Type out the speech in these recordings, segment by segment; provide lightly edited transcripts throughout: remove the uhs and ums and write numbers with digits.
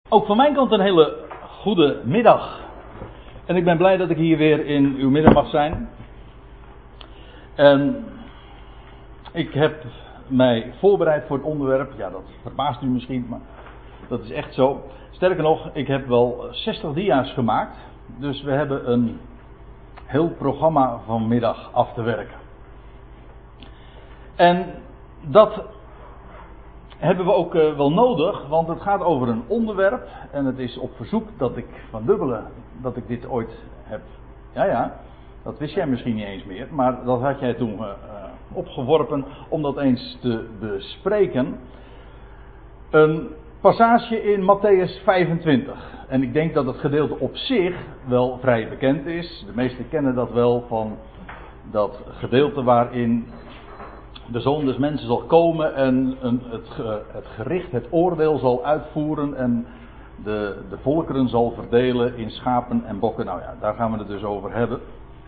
Ook van mijn kant een hele goede middag. En ik ben blij dat ik hier weer in uw midden mag zijn. En ik heb mij voorbereid voor het onderwerp. Ja, dat verbaast u misschien, maar dat is echt zo. Sterker nog, ik heb wel 60 dia's gemaakt. Dus we hebben een heel programma vanmiddag af te werken. En dat hebben we ook wel nodig, want het gaat over een onderwerp. En het is op verzoek dat ik van Dubbelen, dat ik dit ooit heb. Ja, dat wist jij misschien niet eens meer. Maar dat had jij toen opgeworpen om dat eens te bespreken. Een passage in Mattheüs 25. En ik denk dat het gedeelte op zich wel vrij bekend is. De meesten kennen dat wel van dat gedeelte waarin de Zoon des Mensen zal komen en het gericht, het oordeel zal uitvoeren en de volkeren zal verdelen in schapen en bokken. Nou ja, daar gaan we het dus over hebben.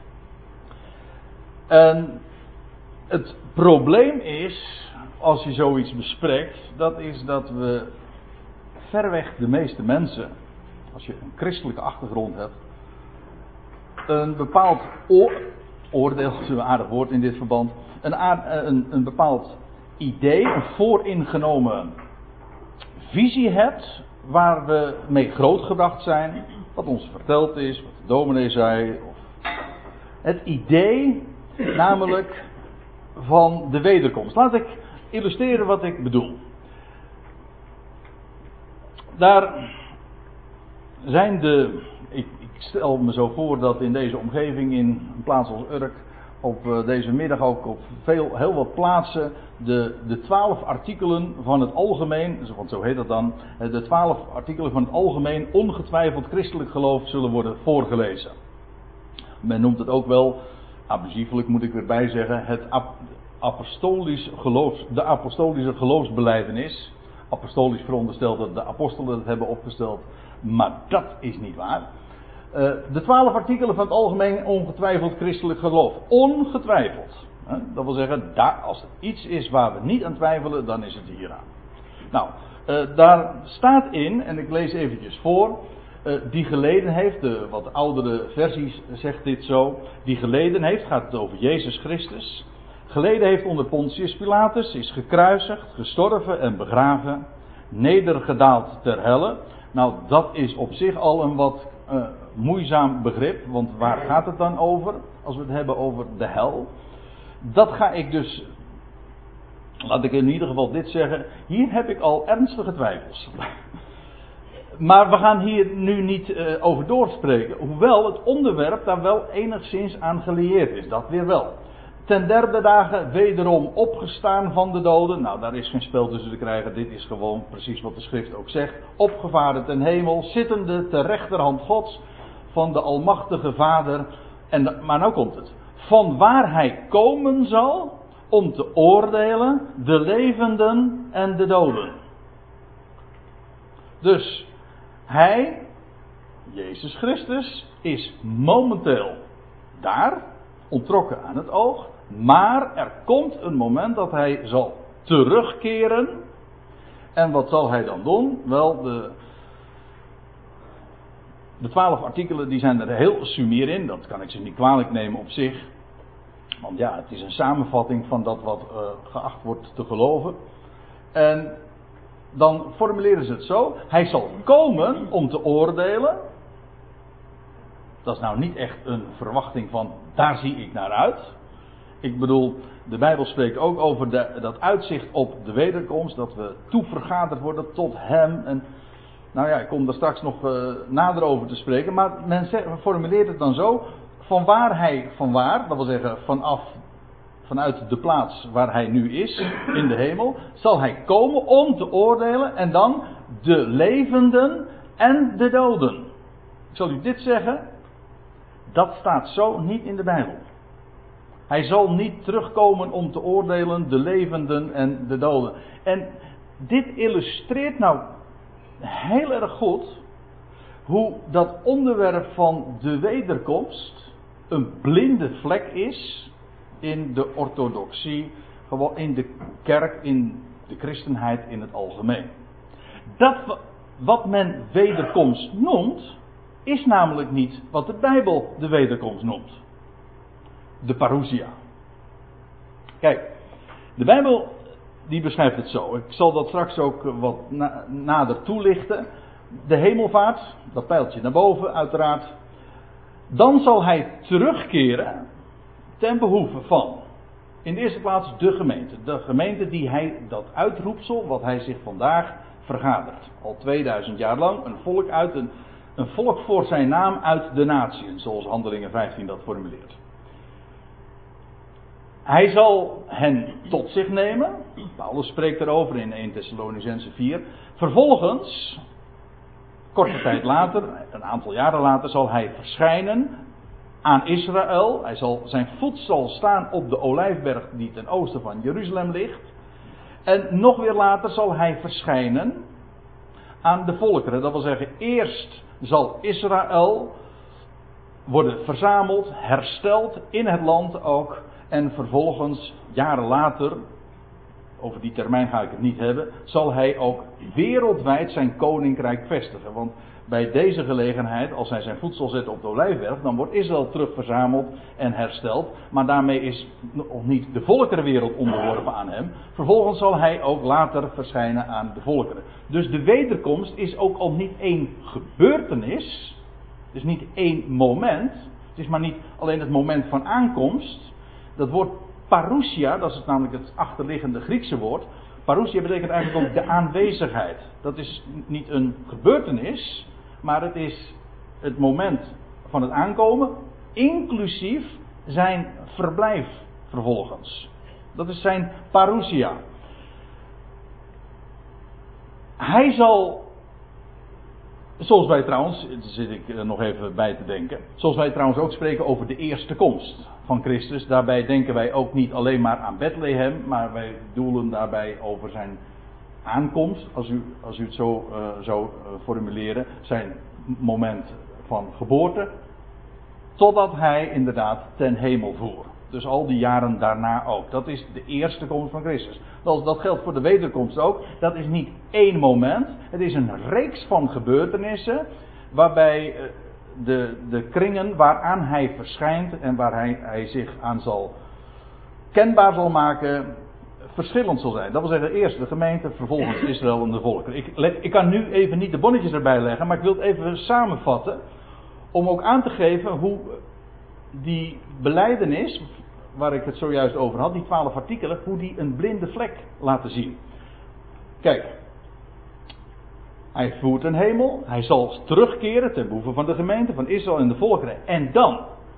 En het probleem is, als je zoiets bespreekt, dat is dat we verreweg de meeste mensen, als je een christelijke achtergrond hebt, een bepaald oordeel, is een aardig woord in dit verband, een bepaald idee, een vooringenomen visie hebt, waar we mee grootgebracht zijn, wat ons verteld is, wat de dominee zei. Of het idee, namelijk van de wederkomst. Laat ik illustreren wat ik bedoel. Daar zijn ik stel me zo voor dat in deze omgeving, in een plaats als Urk, op deze middag ook op heel wat plaatsen de 12 artikelen van het algemeen, want zo heet dat dan, de 12 artikelen van het algemeen ongetwijfeld christelijk geloof zullen worden voorgelezen. Men noemt het ook wel, abusiefelijk moet ik erbij zeggen, de apostolische geloofsbelijdenis. Apostolisch veronderstelt dat de apostelen het hebben opgesteld, maar dat is niet waar. De 12 artikelen van het algemeen ongetwijfeld christelijk geloof. Ongetwijfeld. Dat wil zeggen, als er iets is waar we niet aan twijfelen, dan is het hieraan. Nou, daar staat in, en ik lees eventjes voor, die geleden heeft, de wat oudere versies zegt dit zo, die geleden heeft, gaat het over Jezus Christus, geleden heeft onder Pontius Pilatus, is gekruisigd, gestorven en begraven, nedergedaald ter helle. Nou, dat is op zich al een wat moeizaam begrip, want waar gaat het dan over, als we het hebben over de hel? Dat ga ik dus, laat ik in ieder geval dit zeggen, hier heb ik al ernstige twijfels. Maar we gaan hier nu niet over doorspreken, hoewel het onderwerp daar wel enigszins aan gelieerd is, dat weer wel. Ten derde dagen wederom opgestaan van de doden. Nou, daar is geen spel tussen te krijgen. Dit is gewoon precies wat de schrift ook zegt. Opgevaren ten hemel, zittende ter rechterhand Gods van de almachtige Vader. Maar nou komt het. Van waar hij komen zal om te oordelen de levenden en de doden. Dus hij, Jezus Christus, is momenteel daar, onttrokken aan het oog. Maar er komt een moment dat hij zal terugkeren. En wat zal hij dan doen? Wel, de 12 artikelen die zijn er heel sumier in. Dat kan ik ze niet kwalijk nemen op zich. Want ja, het is een samenvatting van dat wat geacht wordt te geloven. En dan formuleren ze het zo. Hij zal komen om te oordelen. Dat is nou niet echt een verwachting van, daar zie ik naar uit. Ik bedoel, de Bijbel spreekt ook over dat uitzicht op de wederkomst. Dat we toevergaderd worden tot hem. En, nou ja, ik kom daar straks nog nader over te spreken. Maar men formuleert het dan zo. Vanwaar, dat wil zeggen vanuit de plaats waar hij nu is, in de hemel, zal hij komen om te oordelen. En dan de levenden en de doden. Ik zal u dit zeggen. Dat staat zo niet in de Bijbel. Hij zal niet terugkomen om te oordelen de levenden en de doden. En dit illustreert nou heel erg goed hoe dat onderwerp van de wederkomst een blinde vlek is in de orthodoxie, gewoon in de kerk, in de christenheid in het algemeen. Dat wat men wederkomst noemt, is namelijk niet wat de Bijbel de wederkomst noemt. De parousia. Kijk, de Bijbel die beschrijft het zo. Ik zal dat straks ook wat nader toelichten. De hemelvaart, dat pijltje naar boven uiteraard. Dan zal hij terugkeren ten behoeve van, in de eerste plaats de gemeente. De gemeente die hij, dat uitroepsel wat hij zich vandaag vergadert. Al 2000 jaar lang een volk uit, een volk voor zijn naam uit de natieën, zoals Handelingen 15 dat formuleert. Hij zal hen tot zich nemen. Paulus spreekt erover in 1 Thessalonicense 4. Vervolgens, korte tijd later, een aantal jaren later, zal hij verschijnen aan Israël. Zijn voet zal staan op de olijfberg die ten oosten van Jeruzalem ligt. En nog weer later zal hij verschijnen aan de volkeren. Dat wil zeggen, eerst zal Israël worden verzameld, hersteld in het land ook. En vervolgens, jaren later, over die termijn ga ik het niet hebben, zal hij ook wereldwijd zijn koninkrijk vestigen. Want bij deze gelegenheid, als hij zijn voet zal zetten op de olijfberg, dan wordt Israël terug verzameld en hersteld. Maar daarmee is nog niet de volkerenwereld onderworpen aan hem. Vervolgens zal hij ook later verschijnen aan de volkeren. Dus de wederkomst is ook al niet één gebeurtenis. Het is niet één moment. Het is maar niet alleen het moment van aankomst. Dat woord parousia, dat is namelijk het achterliggende Griekse woord. Parousia betekent eigenlijk ook de aanwezigheid. Dat is niet een gebeurtenis, maar het is het moment van het aankomen, inclusief zijn verblijf vervolgens. Dat is zijn parousia. Hij zal, zoals wij trouwens, daar zit ik nog even bij te denken, zoals wij trouwens ook spreken over de eerste komst van Christus. Daarbij denken wij ook niet alleen maar aan Bethlehem, maar wij doelen daarbij over zijn aankomst, als u het zo zou formuleren, zijn moment van geboorte, totdat hij inderdaad ten hemel voer. Dus al die jaren daarna ook. Dat is de eerste komst van Christus. Dat geldt voor de wederkomst ook. Dat is niet één moment. Het is een reeks van gebeurtenissen waarbij de kringen waaraan hij verschijnt en waar hij zich aan zal kenbaar zal maken, verschillend zal zijn. Dat wil zeggen, eerst de gemeente, vervolgens Israël en de volkeren. Ik kan nu even niet de bonnetjes erbij leggen, maar ik wil het even samenvatten, om ook aan te geven hoe die belijdenis, waar ik het zojuist over had, die 12 artikelen, hoe die een blinde vlek laten zien. Kijk, hij voert een hemel, hij zal terugkeren ten behoeve van de gemeente, van Israël en de volkeren. En dan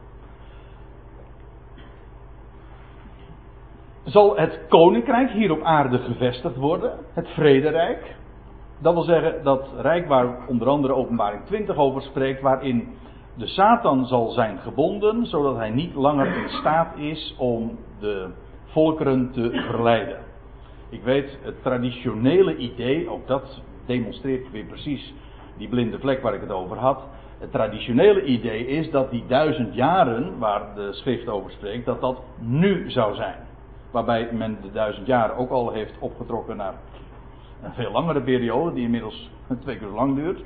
zal het koninkrijk hier op aarde gevestigd worden, het vrederijk. Dat wil zeggen, dat rijk waar onder andere Openbaring 20 over spreekt, waarin de Satan zal zijn gebonden, zodat hij niet langer in staat is om de volkeren te verleiden. Ik weet, het traditionele idee, ook dat demonstreert weer precies die blinde vlek waar ik het over had. Het traditionele idee is dat die 1000 jaren, waar de schrift over spreekt, dat dat nu zou zijn. Waarbij men de 1000 jaar ook al heeft opgetrokken naar een veel langere periode, die inmiddels 2 keer zo lang duurt.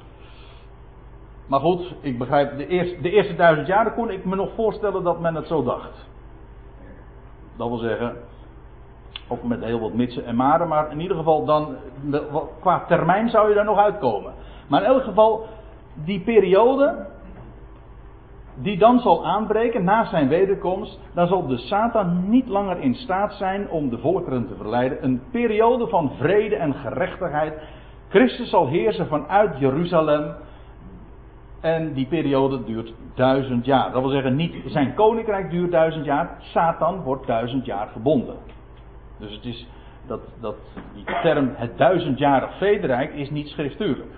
Maar goed, ik begrijp, de eerste 1000 jaren kon ik me nog voorstellen dat men het zo dacht. Dat wil zeggen, ook met heel wat mitsen en maren, maar in ieder geval dan, qua termijn zou je daar nog uitkomen. Maar in elk geval, die periode, die dan zal aanbreken na zijn wederkomst, dan zal de Satan niet langer in staat zijn om de volkeren te verleiden. Een periode van vrede en gerechtigheid. Christus zal heersen vanuit Jeruzalem. En die periode duurt 1000 jaar. Dat wil zeggen, niet zijn koninkrijk duurt 1000 jaar. Satan wordt 1000 jaar gebonden. Dus het is die term het 1000-jarig vrederijk is niet schriftuurlijk.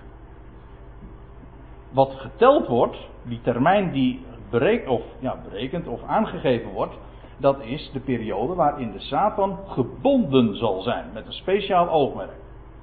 Wat geteld wordt, die termijn die berekend of aangegeven wordt, dat is de periode waarin de Satan gebonden zal zijn. Met een speciaal oogmerk.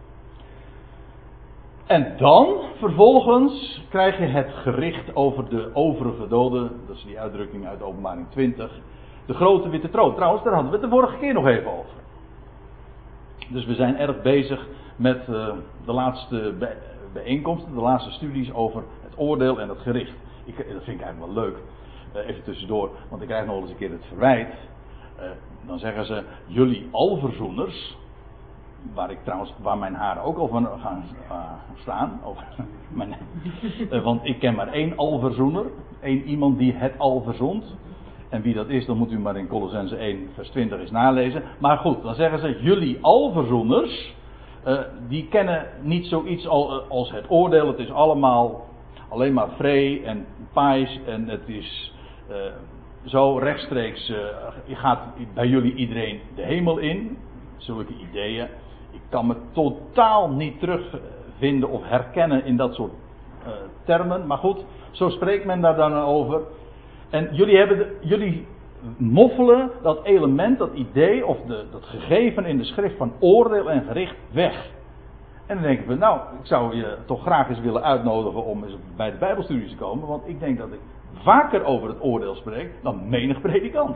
En dan, vervolgens, krijg je het gericht over de overige doden. Dat is die uitdrukking uit Openbaring 20. De grote witte troon. Trouwens, daar hadden we het de vorige keer nog even over. Dus we zijn erg bezig met de laatste bijeenkomsten, de laatste studies over het oordeel en het gericht. Dat vind ik eigenlijk wel leuk. Even tussendoor, want ik krijg nog eens een keer het verwijt. Dan zeggen ze, jullie alverzoeners, waar mijn haren ook al van gaan staan. Want ik ken maar één alverzoener, één iemand die het al verzoent. En wie dat is, dan moet u maar in Kolossenzen 1 vers 20 eens nalezen. Maar goed, dan zeggen ze, jullie alverzoeners, die kennen niet zoiets als het oordeel. Het is allemaal alleen maar vree en pais en het is zo rechtstreeks, gaat bij jullie iedereen de hemel in. Zulke ideeën. Ik kan me totaal niet terugvinden of herkennen in dat soort termen. Maar goed, zo spreekt men daar dan over. En jullie moffelen dat element, dat idee of dat gegeven in de schrift van oordeel en gericht weg. En dan denken we, nou, ik zou je toch graag eens willen uitnodigen om eens bij de Bijbelstudies te komen. Want ik denk dat ik vaker over het oordeel spreek dan menig predikant.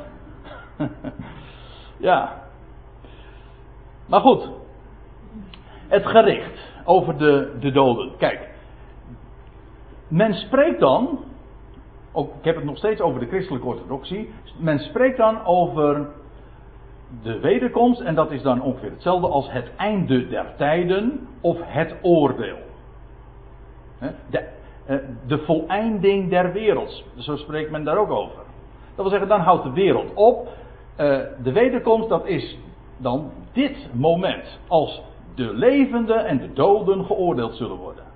Ja. Maar goed. Het gericht over de doden. Kijk. Men spreekt dan, ook, ik heb het nog steeds over de christelijke orthodoxie. Men spreekt dan over de wederkomst en dat is dan ongeveer hetzelfde als het einde der tijden of het oordeel. De voleinding der wereld. Zo spreekt men daar ook over. Dat wil zeggen, dan houdt de wereld op. De wederkomst, dat is dan dit moment. Als de levenden en de doden geoordeeld zullen worden.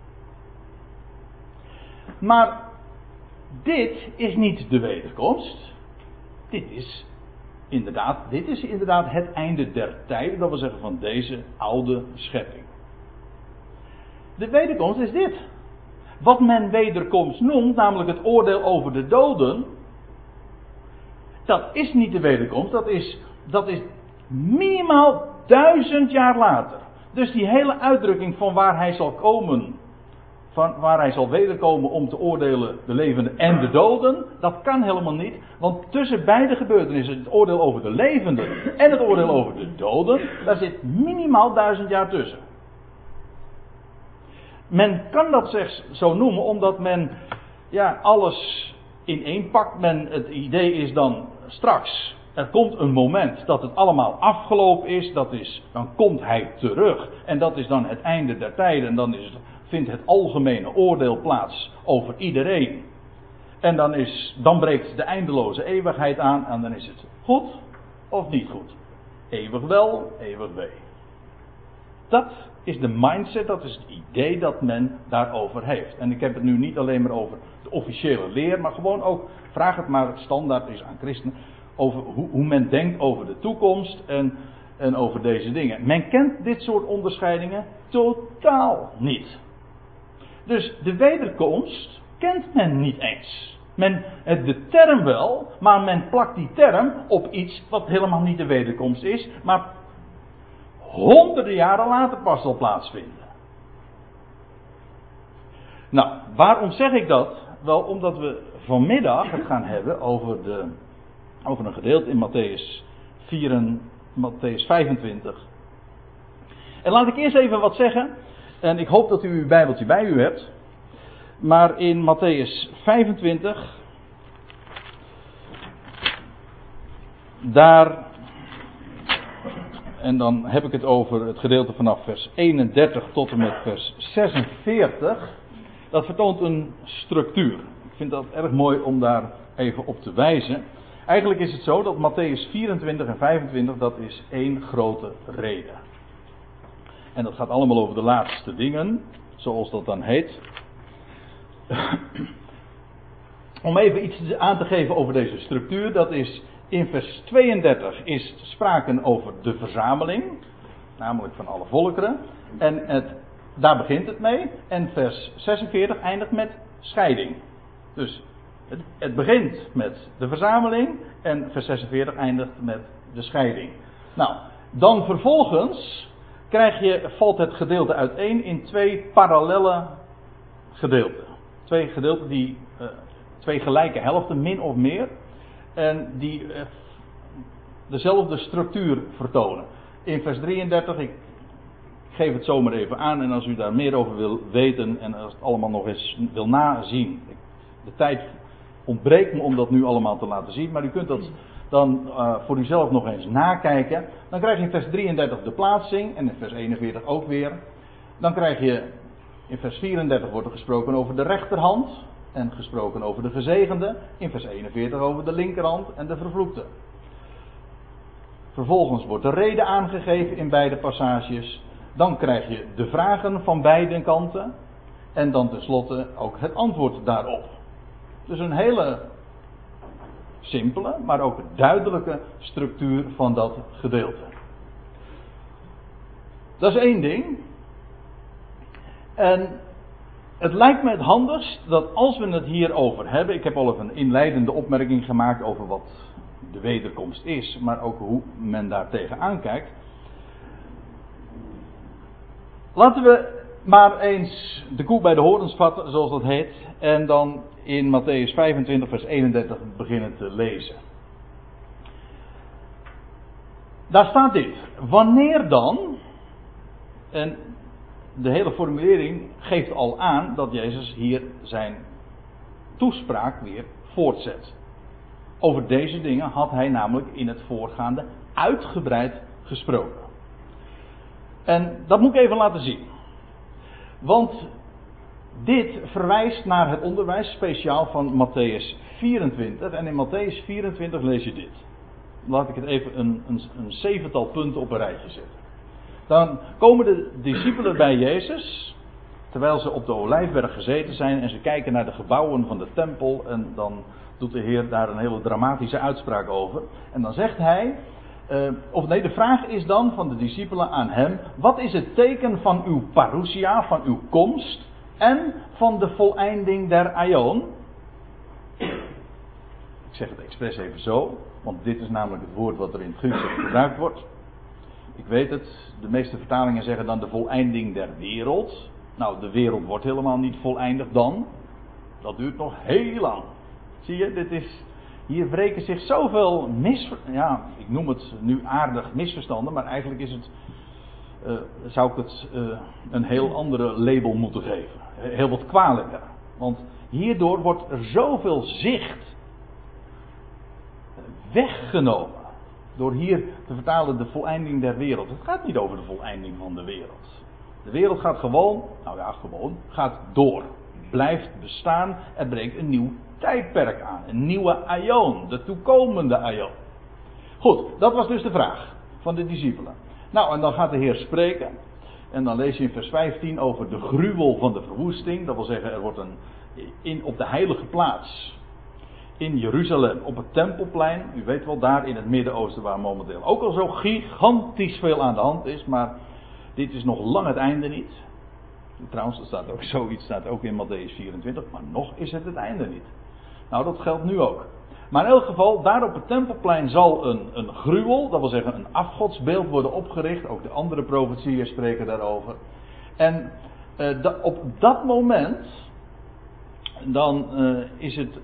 Maar dit is niet de wederkomst. Dit is inderdaad het einde der tijden. Dat wil zeggen van deze oude schepping. De wederkomst is dit. Wat men wederkomst noemt, namelijk het oordeel over de doden. Dat is niet de wederkomst. Dat is minimaal 1000 jaar later. Dus die hele uitdrukking van waar hij zal komen. Van waar hij zal wederkomen om te oordelen de levenden en de doden. Dat kan helemaal niet. Want tussen beide gebeurtenissen, het oordeel over de levenden en het oordeel over de doden. Daar zit minimaal 1000 jaar tussen. Men kan dat slechts zo noemen omdat men alles ineenpakt. Het idee is dan straks. Er komt een moment dat het allemaal afgelopen is. Dan komt hij terug. En dat is dan het einde der tijden. En dan vindt het algemene oordeel plaats over iedereen. En dan breekt de eindeloze eeuwigheid aan. En dan is het goed of niet goed. Eeuwig wel, eeuwig wee. Dat is de mindset, dat is het idee dat men daarover heeft. En ik heb het nu niet alleen maar over de officiële leer, maar gewoon ook, vraag het maar standaard is aan christenen, over hoe men denkt over de toekomst en over deze dingen. Men kent dit soort onderscheidingen totaal niet. Dus de wederkomst kent men niet eens. De term wel, maar men plakt die term op iets wat helemaal niet de wederkomst is, maar honderden jaren later pas zal plaatsvinden. Nou, waarom zeg ik dat? Wel, omdat we vanmiddag het gaan hebben over een gedeelte in Matthäus 25. En laat ik eerst even wat zeggen. En ik hoop dat u uw Bijbeltje bij u hebt. Maar in Matthäus 25. Daar. En dan heb ik het over het gedeelte vanaf vers 31 tot en met vers 46. Dat vertoont een structuur. Ik vind dat erg mooi om daar even op te wijzen. Eigenlijk is het zo dat Matthäus 24 en 25 dat is één grote reden. En dat gaat allemaal over de laatste dingen, zoals dat dan heet. Om even iets aan te geven over deze structuur, dat is in vers 32 is sprake over de verzameling, namelijk van alle volkeren. En daar begint het mee. En vers 46 eindigt met scheiding. Dus het begint met de verzameling en vers 46 eindigt met de scheiding. Nou, dan vervolgens valt het gedeelte uiteen in twee parallelle gedeelten. Twee gedeelten die twee gelijke helften, min of meer. En die dezelfde structuur vertonen. In vers 33, ik Ik geef het zomaar even aan en als u daar meer over wil weten en als het allemaal nog eens wil nazien. De tijd ontbreekt me om dat nu allemaal te laten zien, maar u kunt dat dan voor uzelf nog eens nakijken. Dan krijg je in vers 33 de plaatsing en in vers 41 ook weer. Dan krijg je in vers 34 wordt er gesproken over de rechterhand en gesproken over de gezegende. In vers 41 over de linkerhand en de vervloekte. Vervolgens wordt de reden aangegeven in beide passages. Dan krijg je de vragen van beide kanten. En dan tenslotte ook het antwoord daarop. Dus een hele simpele, maar ook duidelijke structuur van dat gedeelte. Dat is één ding. En het lijkt me het handigst dat als we het hierover hebben. Ik heb al even een inleidende opmerking gemaakt over wat de wederkomst is, maar ook hoe men daar tegenaan kijkt. Laten we maar eens de koe bij de horens vatten, zoals dat heet, en dan in Mattheüs 25 vers 31 beginnen te lezen. Daar staat dit. Wanneer dan, en de hele formulering geeft al aan dat Jezus hier zijn toespraak weer voortzet. Over deze dingen had hij namelijk in het voorgaande uitgebreid gesproken. En dat moet ik even laten zien. Want dit verwijst naar het onderwijs speciaal van Mattheüs 24. En in Mattheüs 24 lees je dit. Laat ik het even een zevental punten op een rijtje zetten. Dan komen de discipelen bij Jezus, terwijl ze op de Olijfberg gezeten zijn en ze kijken naar de gebouwen van de tempel en dan doet de Heer daar een hele dramatische uitspraak over. En dan zegt hij, de vraag is dan van de discipelen aan hem, wat is het teken van uw parousia, van uw komst en van de voleinding der aion? Ik zeg het expres even zo, want dit is namelijk het woord wat er in het Grieks gebruikt wordt. Ik weet het, de meeste vertalingen zeggen dan de voleinding der wereld. Nou, de wereld wordt helemaal niet voleindigd dan. Dat duurt nog heel lang. Zie je, hier wreken zich zoveel ik noem het nu aardig misverstanden, maar eigenlijk is het, zou ik het een heel andere label moeten geven. Heel wat kwalijker. Want hierdoor wordt er zoveel zicht weggenomen. Door hier te vertalen de voleinding der wereld. Het gaat niet over de voleinding van de wereld. De wereld gaat gaat door. Blijft bestaan. Er breekt een nieuw tijdperk aan. Een nieuwe aion. De toekomende aion. Goed, dat was dus de vraag van de discipelen. Nou, en dan gaat de Heer spreken. En dan lees je in vers 15 over de gruwel van de verwoesting. Dat wil zeggen, er wordt op de heilige plaats in Jeruzalem, op het Tempelplein. U weet wel, daar in het Midden-Oosten waar momenteel ook al zo gigantisch veel aan de hand is. Maar dit is nog lang het einde niet. Trouwens, er staat ook zoiets staat ook in Mattheüs 24. Maar nog is het het einde niet. Nou, dat geldt nu ook. Maar in elk geval, daar op het Tempelplein zal een gruwel, dat wil zeggen een afgodsbeeld worden opgericht. Ook de andere profetieën spreken daarover. En op dat moment, dan is het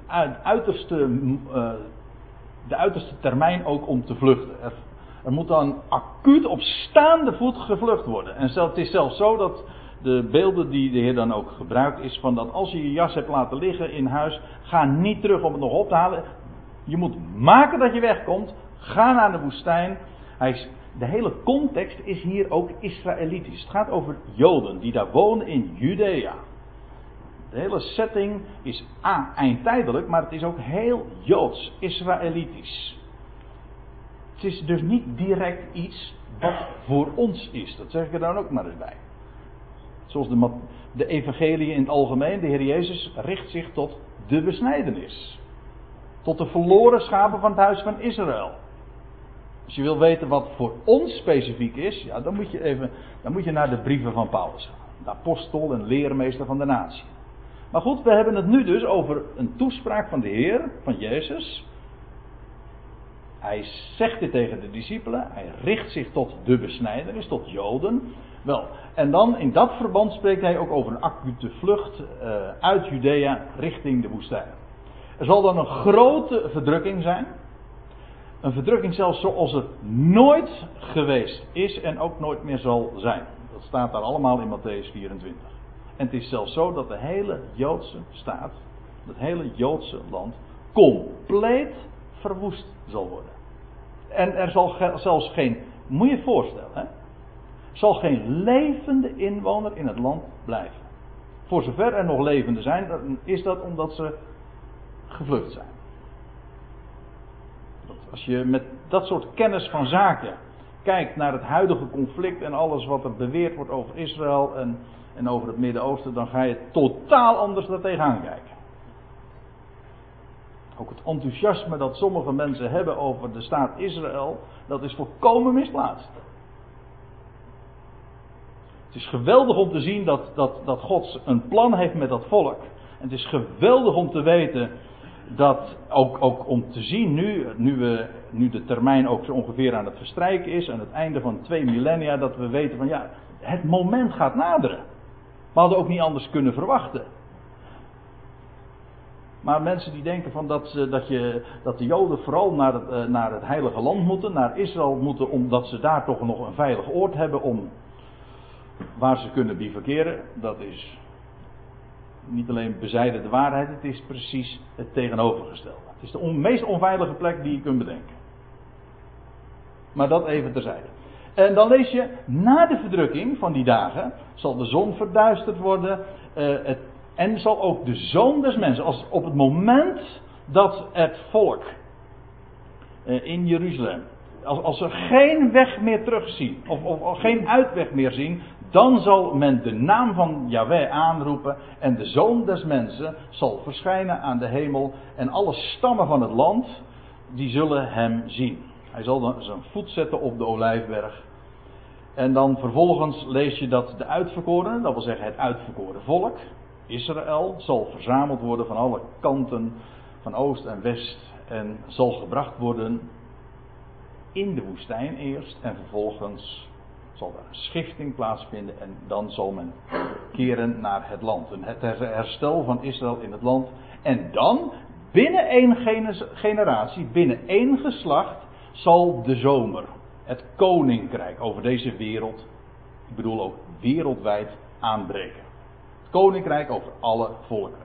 de uiterste termijn ook om te vluchten. Er moet dan acuut op staande voet gevlucht worden. En het is zelfs zo dat de beelden die de Heer dan ook gebruikt is van dat als je je jas hebt laten liggen in huis, ga niet terug om het nog op te halen. Je moet maken dat je wegkomt. Ga naar de woestijn. De hele context is hier ook Israëlitisch. Het gaat over Joden die daar wonen in Judea. De hele setting is eindtijdelijk, maar het is ook heel Joods, Israëlitisch. Het is dus niet direct iets wat voor ons is. Dat zeg ik er dan ook maar eens bij. Zoals de evangelie in het algemeen, de Heer Jezus richt zich tot de besnijdenis. Tot de verloren schapen van het huis van Israël. Als je wil weten wat voor ons specifiek is, ja, dan moet je naar de brieven van Paulus gaan. De apostel en leermeester van de natie. Maar goed, we hebben het nu dus over een toespraak van de Heer, van Jezus. Hij zegt dit tegen de discipelen. Hij richt zich tot de besnijdenis, tot Joden. Wel, en dan in dat verband spreekt hij ook over een acute vlucht uit Judea richting de woestijn. Er zal dan een grote verdrukking zijn. Een verdrukking zelfs zoals het nooit geweest is en ook nooit meer zal zijn. Dat staat daar allemaal in Mattheüs 24. En het is zelfs zo dat de hele Joodse staat, het hele Joodse land, compleet verwoest zal worden. En er zal zelfs geen, moet je je voorstellen, hè, zal geen levende inwoner in het land blijven. Voor zover er nog levenden zijn, dan is dat omdat ze gevlucht zijn. Als je met dat soort kennis van zaken kijkt naar het huidige conflict en alles wat er beweerd wordt over Israël en over het Midden-Oosten, dan ga je totaal anders daar tegenaan kijken. Ook het enthousiasme dat sommige mensen hebben over de staat Israël, dat is volkomen misplaatst. Het is geweldig om te zien dat God een plan heeft met dat volk. En het is geweldig om te weten dat, ook om te zien nu de termijn ook zo ongeveer aan het verstrijken is, aan het einde van 2 millennia, dat we weten van ja, het moment gaat naderen. We hadden ook niet anders kunnen verwachten. Maar mensen die denken van dat de Joden vooral naar het heilige land moeten, naar Israël moeten, omdat ze daar toch nog een veilig oord hebben waar ze kunnen bivakeren, dat is niet alleen bezijden de waarheid, het is precies het tegenovergestelde. Het is de meest onveilige plek die je kunt bedenken. Maar dat even terzijde. En dan lees je, na de verdrukking van die dagen zal de zon verduisterd worden en zal ook de Zoon des Mensen, als op het moment dat het volk in Jeruzalem, als ze geen weg meer terugzien, of geen uitweg meer zien, dan zal men de naam van Jahweh aanroepen en de Zoon des Mensen zal verschijnen aan de hemel en alle stammen van het land, die zullen hem zien. Hij zal dan zijn voet zetten op de olijfberg. En dan vervolgens lees je dat de uitverkorenen, dat wil zeggen het uitverkoren volk, Israël, zal verzameld worden van alle kanten, van oost en west, en zal gebracht worden in de woestijn eerst, en vervolgens zal daar een schifting plaatsvinden en dan zal men keren naar het land. Het herstel van Israël in het land. En dan, binnen één generatie, binnen één geslacht, zal de zomer, het koninkrijk over deze wereld, ik bedoel ook wereldwijd, aanbreken. Het koninkrijk over alle volkeren.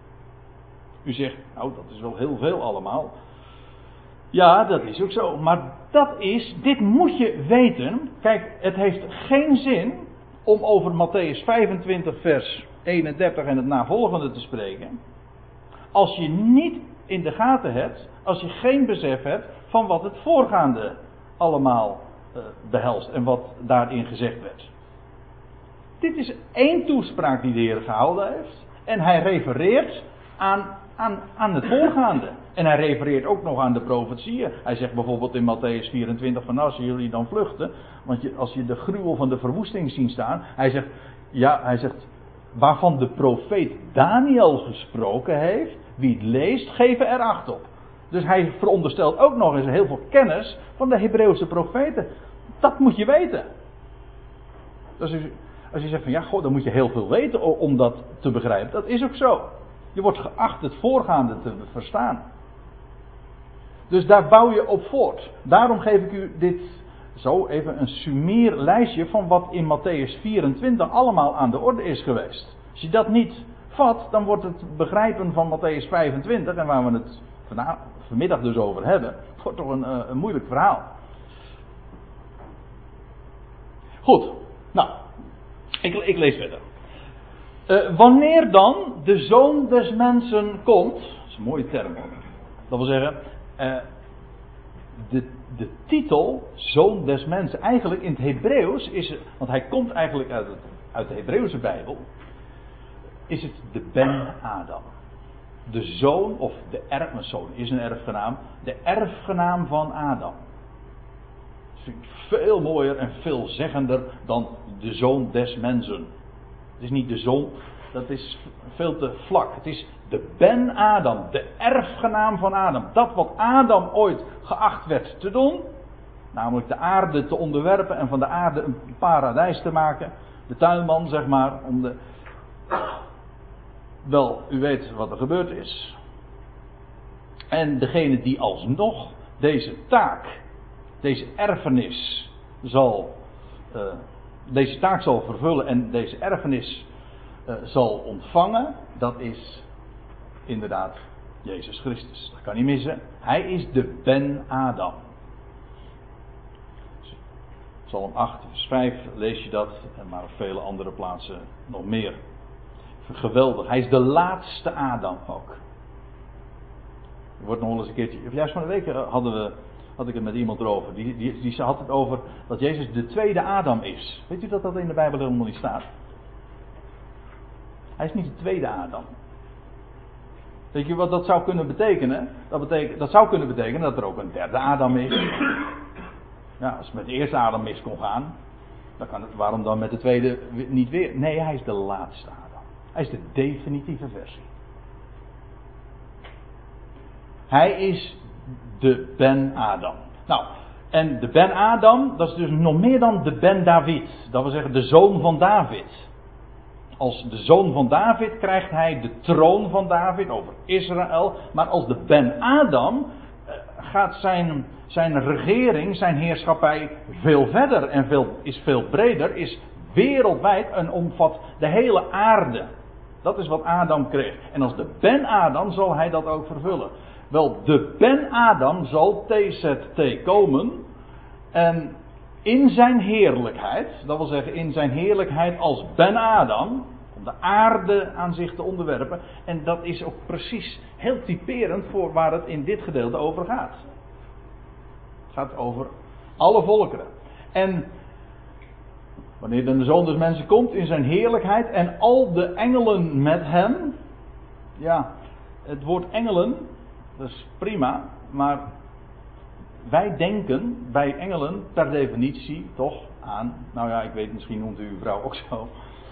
U zegt, nou dat is wel heel veel allemaal. Ja, dat is ook zo. Maar dit moet je weten. Kijk, het heeft geen zin om over Mattheüs 25 vers 31 en het navolgende te spreken. Als je niet in de gaten hebt, als je geen besef hebt van wat het voorgaande allemaal behelst en wat daarin gezegd werd. Dit is één toespraak die de Heer gehouden heeft. En hij refereert aan het voorgaande. En hij refereert ook nog aan de profetieën. Hij zegt bijvoorbeeld in Mattheüs 24 van als jullie dan vluchten. Want als je de gruwel van de verwoesting ziet staan. Hij zegt waarvan de profeet Daniel gesproken heeft. Wie het leest, geven er acht op. Dus hij veronderstelt ook nog eens heel veel kennis van de Hebreeuwse profeten. Dat moet je weten. Dus als je zegt van ja, goh, dan moet je heel veel weten om dat te begrijpen. Dat is ook zo. Je wordt geacht het voorgaande te verstaan. Dus daar bouw je op voort. Daarom geef ik u dit zo even een summierlijstje van wat in Mattheüs 24 allemaal aan de orde is geweest. Als je dat niet vat, dan wordt het begrijpen van Mattheüs 25, en waar we het vanmiddag dus over hebben, wordt toch een moeilijk verhaal. Goed, nou, ik lees verder. Wanneer dan de Zoon des Mensen komt, dat is een mooie term hoor. Dat wil zeggen, de titel Zoon des Mensen, eigenlijk in het Hebreeuws is het, want hij komt eigenlijk uit de Hebreeuwse Bijbel, is het de Ben Adam. De zoon, of de erfzoon is een erfgenaam, de erfgenaam van Adam. Dat vind ik veel mooier en veelzeggender dan de Zoon des Mensen. Het is niet de zoon, dat is veel te vlak. Het is de Ben Adam, de erfgenaam van Adam. Dat wat Adam ooit geacht werd te doen, namelijk de aarde te onderwerpen en van de aarde een paradijs te maken. De tuinman, zeg maar, Wel, u weet wat er gebeurd is. En degene die alsnog deze taak, deze erfenis zal deze taak zal vervullen en deze erfenis zal ontvangen, dat is inderdaad Jezus Christus. Dat kan niet missen. Hij is de Ben Adam. Psalm 8 vers 5 lees je dat, maar op vele andere plaatsen nog meer. Geweldig. Hij is de laatste Adam ook. Er wordt nog wel eens een keertje. Juist van de week had ik het met iemand erover. Die had het over dat Jezus de tweede Adam is. Weet u dat dat in de Bijbel helemaal niet staat? Hij is niet de tweede Adam. Weet je wat dat zou kunnen betekenen? Dat zou kunnen betekenen dat er ook een derde Adam is. Ja, als het met de eerste Adam mis kon gaan, dan kan het, waarom dan met de tweede niet weer? Nee, hij is de laatste Adam. Hij is de definitieve versie. Hij is de Ben Adam. Nou, en de Ben Adam, dat is dus nog meer dan de Ben David. Dat wil zeggen de zoon van David. Als de zoon van David krijgt hij de troon van David over Israël. Maar als de Ben Adam gaat zijn regering, zijn heerschappij veel verder en is veel breder, is wereldwijd en omvat de hele aarde. Dat is wat Adam kreeg. En als de Ben Adam zal hij dat ook vervullen. Wel, de Ben Adam zal TZT komen en in zijn heerlijkheid, dat wil zeggen in zijn heerlijkheid als Ben Adam, om de aarde aan zich te onderwerpen. En dat is ook precies heel typerend voor waar het in dit gedeelte over gaat. Het gaat over alle volkeren. En wanneer dan de Zoon des Mensen komt in zijn heerlijkheid en al de engelen met hem. Ja, het woord engelen, dat is prima, maar wij denken bij engelen per definitie toch aan, nou ja, ik weet, misschien noemt u uw vrouw ook zo,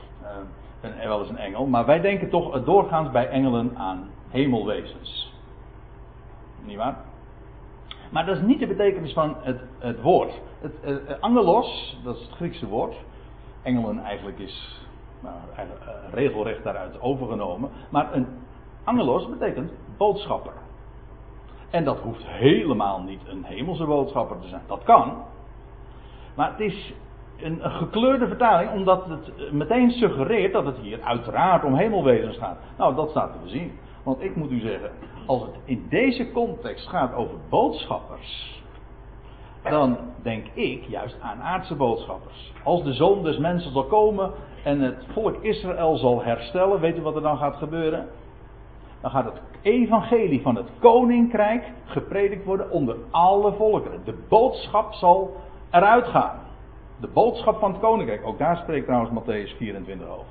wel eens een engel, maar wij denken toch doorgaans bij engelen aan hemelwezens. Niet waar? Maar dat is niet de betekenis van het woord. Angelos, dat is het Griekse woord. Engelen eigenlijk is regelrecht daaruit overgenomen. Maar een angelos betekent boodschapper. En dat hoeft helemaal niet een hemelse boodschapper te zijn. Dat kan. Maar het is een gekleurde vertaling, omdat het meteen suggereert dat het hier uiteraard om hemelwezens gaat. Nou, dat staat te bezien. Want ik moet u zeggen, als het in deze context gaat over boodschappers, dan denk ik juist aan aardse boodschappers. Als de Zoon des Mensen zal komen en het volk Israël zal herstellen, weet u wat er dan gaat gebeuren? Dan gaat het evangelie van het koninkrijk gepredikt worden onder alle volkeren. De boodschap zal eruit gaan. De boodschap van het koninkrijk. Ook daar spreekt trouwens Mattheüs 24 over.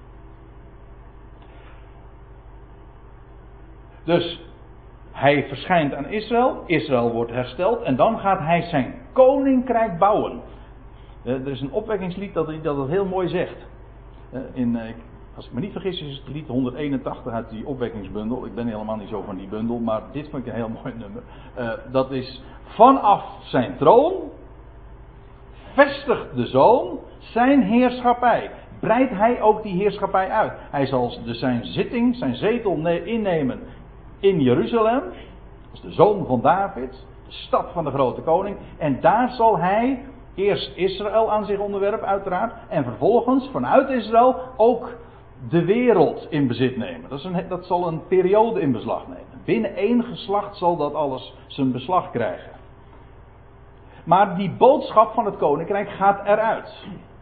Dus hij verschijnt aan Israël. Israël wordt hersteld. En dan gaat hij zijn koninkrijk bouwen. Er is een opwekkingslied dat het heel mooi zegt. Als ik me niet vergis is het lied 181 uit die opwekkingsbundel. Ik ben helemaal niet zo van die bundel. Maar dit vind ik een heel mooi nummer. Dat is vanaf zijn troon vestigt de Zoon zijn heerschappij. Breidt hij ook die heerschappij uit. Hij zal dus zijn zitting, zijn zetel innemen in Jeruzalem. Dat is de zoon van David. De stad van de grote koning. En daar zal hij eerst Israël aan zich onderwerpen uiteraard. En vervolgens vanuit Israël ook de wereld in bezit nemen. Dat zal een periode in beslag nemen. Binnen één geslacht zal dat alles zijn beslag krijgen. Maar die boodschap van het koninkrijk gaat eruit.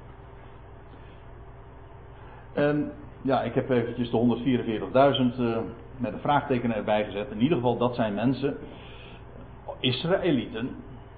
En ja, ik heb eventjes de 144.000 met een vraagteken erbij gezet. In ieder geval, dat zijn mensen, Israëlieten,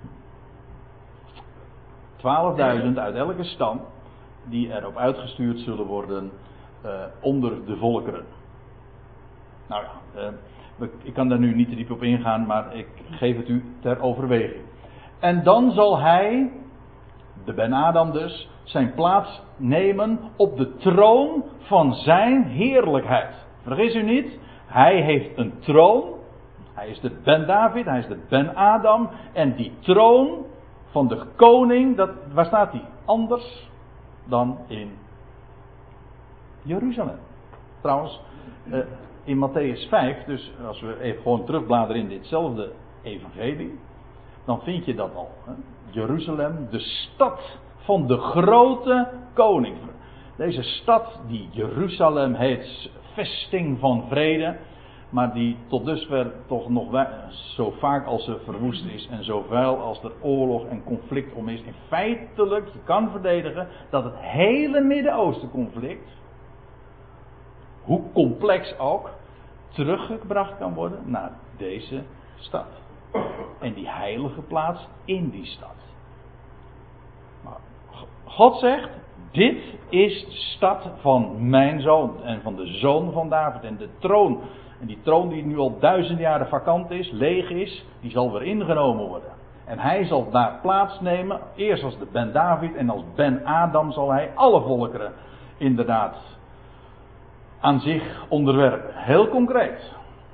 12.000 uit elke stam, die erop uitgestuurd zullen worden onder de volkeren. Nou ja, ik kan daar nu niet te diep op ingaan, maar ik geef het u ter overweging. En dan zal hij, de Ben Adam dus, zijn plaats nemen op de troon van zijn heerlijkheid. Vergis u niet, hij heeft een troon. Hij is de Ben David, hij is de Ben Adam. En die troon van de koning, waar staat die? Anders dan in Jeruzalem. Trouwens, in Mattheüs 5, dus als we even gewoon terugbladeren in ditzelfde evangelie, dan vind je dat al. Hè? Jeruzalem, de stad van de grote koning. Deze stad die Jeruzalem heet, vesting van vrede, maar die tot dusver toch nog zo vaak als ze verwoest is en zoveel als er oorlog en conflict om is. En feitelijk, je kan verdedigen dat het hele Midden-Oosten conflict, hoe complex ook, teruggebracht kan worden naar deze stad. En die heilige plaats in die stad. Maar God zegt, dit is de stad van mijn zoon en van de zoon van David. En de troon, en die troon die nu al 1000 jaren vakant is, leeg is, die zal weer ingenomen worden. En hij zal daar plaatsnemen, eerst als de Ben David en als Ben Adam zal hij alle volkeren inderdaad aan zich onderwerpen. Heel concreet.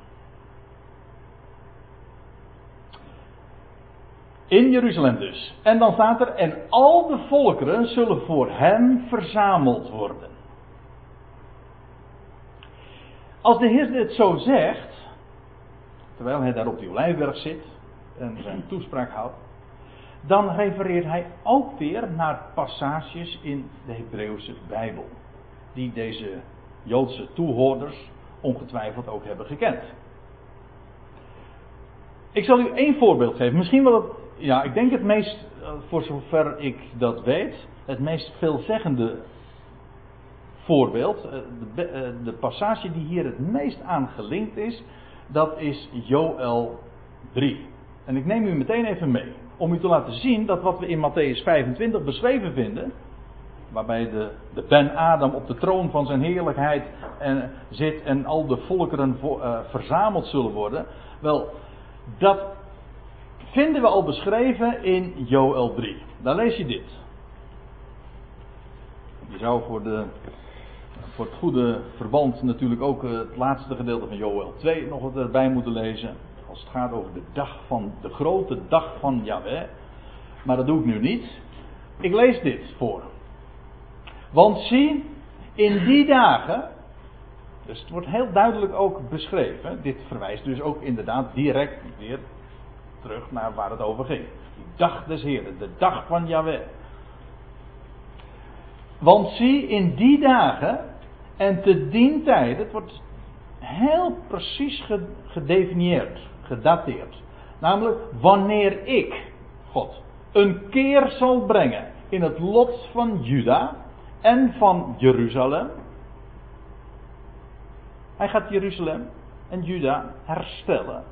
In Jeruzalem dus. En dan staat er, en al de volkeren zullen voor hem verzameld worden. Als de Heer dit zo zegt, terwijl hij daar op die olijfberg zit en zijn toespraak houdt, dan refereert hij ook weer naar passages in de Hebreeuwse Bijbel. Die deze Joodse toehoorders ongetwijfeld ook hebben gekend. Ik zal u één voorbeeld geven. Misschien wel ik denk het meest, voor zover ik dat weet, het meest veelzeggende voorbeeld. De passage die hier het meest aan gelinkt is, dat is Joël 3. En ik neem u meteen even mee. Om u te laten zien dat wat we in Mattheüs 25 beschreven vinden, waarbij de Ben Adam op de troon van zijn heerlijkheid zit en al de volkeren verzameld zullen worden. Wel, dat vinden we al beschreven in Joël 3. Daar lees je dit. Je zou voor het goede verband natuurlijk ook het laatste gedeelte van Joël 2 nog wat erbij moeten lezen. Als het gaat over de grote dag van Jahweh. Maar dat doe ik nu niet. Ik lees dit voor. Want zie, in die dagen, dus het wordt heel duidelijk ook beschreven. Dit verwijst dus ook inderdaad direct weer terug naar waar het over ging. Die dag des Heeren, de dag van Jahweh. Want zie, in die dagen en te dien tijde, het wordt heel precies gedefinieerd, gedateerd. Namelijk, wanneer ik, God, een keer zal brengen in het lot van Juda en van Jeruzalem. Hij gaat Jeruzalem en Juda herstellen.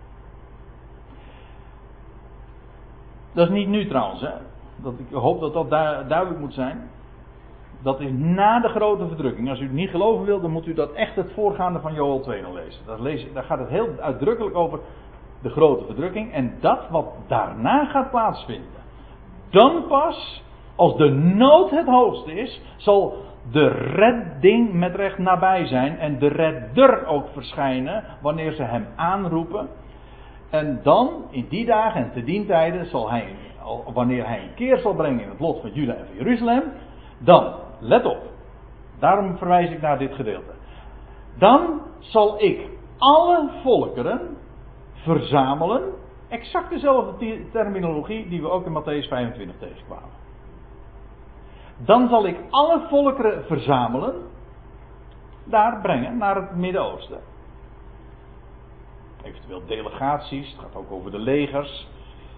Dat is niet nu trouwens, hè. Ik hoop dat dat duidelijk moet zijn. Dat is na de grote verdrukking. Als u het niet geloven wilt, dan moet u dat echt het voorgaande van Joël 2 nog lezen. Daar gaat het heel uitdrukkelijk over de grote verdrukking. En dat wat daarna gaat plaatsvinden. Dan pas, als de nood het hoogste is, zal de redding met recht nabij zijn. En de redder ook verschijnen wanneer ze hem aanroepen. En dan, in die dagen en te dien tijden, zal hij, wanneer hij een keer zal brengen in het lot van Juda en van Jeruzalem, dan, let op, daarom verwijs ik naar dit gedeelte. Dan zal ik alle volkeren verzamelen, exact dezelfde terminologie die we ook in Mattheüs 25 tegenkwamen. Dan zal ik alle volkeren verzamelen, daar brengen, naar het Midden-Oosten. Eventueel delegaties, het gaat ook over de legers.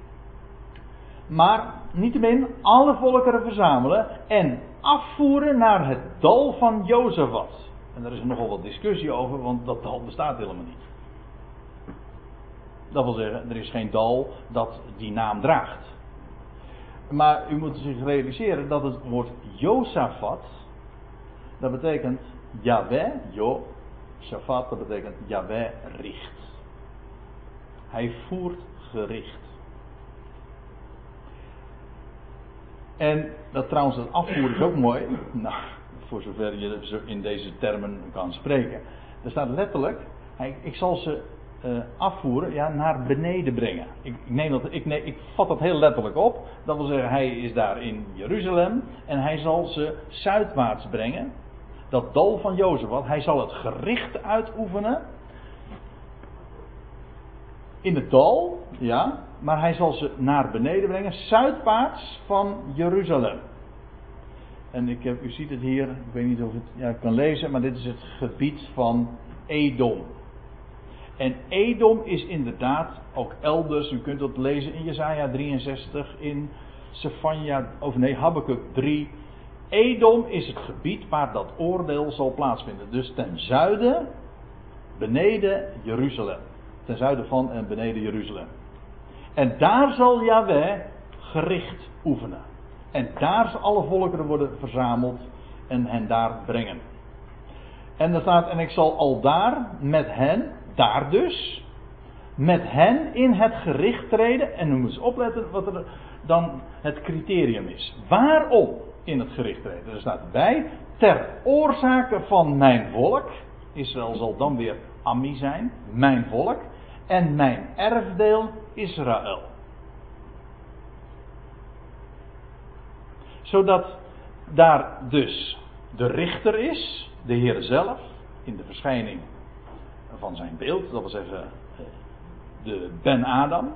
Maar niettemin alle volkeren verzamelen en afvoeren naar het dal van Jozafat. En daar is nogal wat discussie over, want dat dal bestaat helemaal niet. Dat wil zeggen, er is geen dal dat die naam draagt. Maar u moet zich realiseren dat het woord Jozafat, dat betekent Jahweh, Jozafat, dat betekent Jahweh richt. Hij voert gericht. En dat trouwens, dat afvoeren is ook mooi. Nou, voor zover je in deze termen kan spreken. Er staat letterlijk, ik zal ze afvoeren, naar beneden brengen. Ik vat dat heel letterlijk op. Dat wil zeggen, hij is daar in Jeruzalem en hij zal ze zuidwaarts brengen. Dat dal van Jozefat, hij zal het gericht uitoefenen. In het dal, maar hij zal ze naar beneden brengen, zuidwaarts van Jeruzalem. En u ziet het hier, ik weet niet of het kan lezen, maar dit is het gebied van Edom. En Edom is inderdaad ook elders, u kunt dat lezen in Jesaja 63, in Habakuk 3. Edom is het gebied waar dat oordeel zal plaatsvinden. Dus ten zuiden, beneden Jeruzalem. Ten zuiden van en beneden Jeruzalem. En daar zal Yahweh gericht oefenen. En daar zal alle volkeren worden verzameld en hen daar brengen. En er staat, en ik zal al daar met hen, daar dus, met hen in het gericht treden. En nu moet je opletten wat er dan het criterium is. Waarom in het gericht treden? Er staat bij, ter oorzake van mijn volk. Israël zal dan weer Ammi zijn, mijn volk. En mijn erfdeel Israël. Zodat daar dus de richter is, de Heer zelf, in de verschijning van zijn beeld, dat wil zeggen de Ben Adam.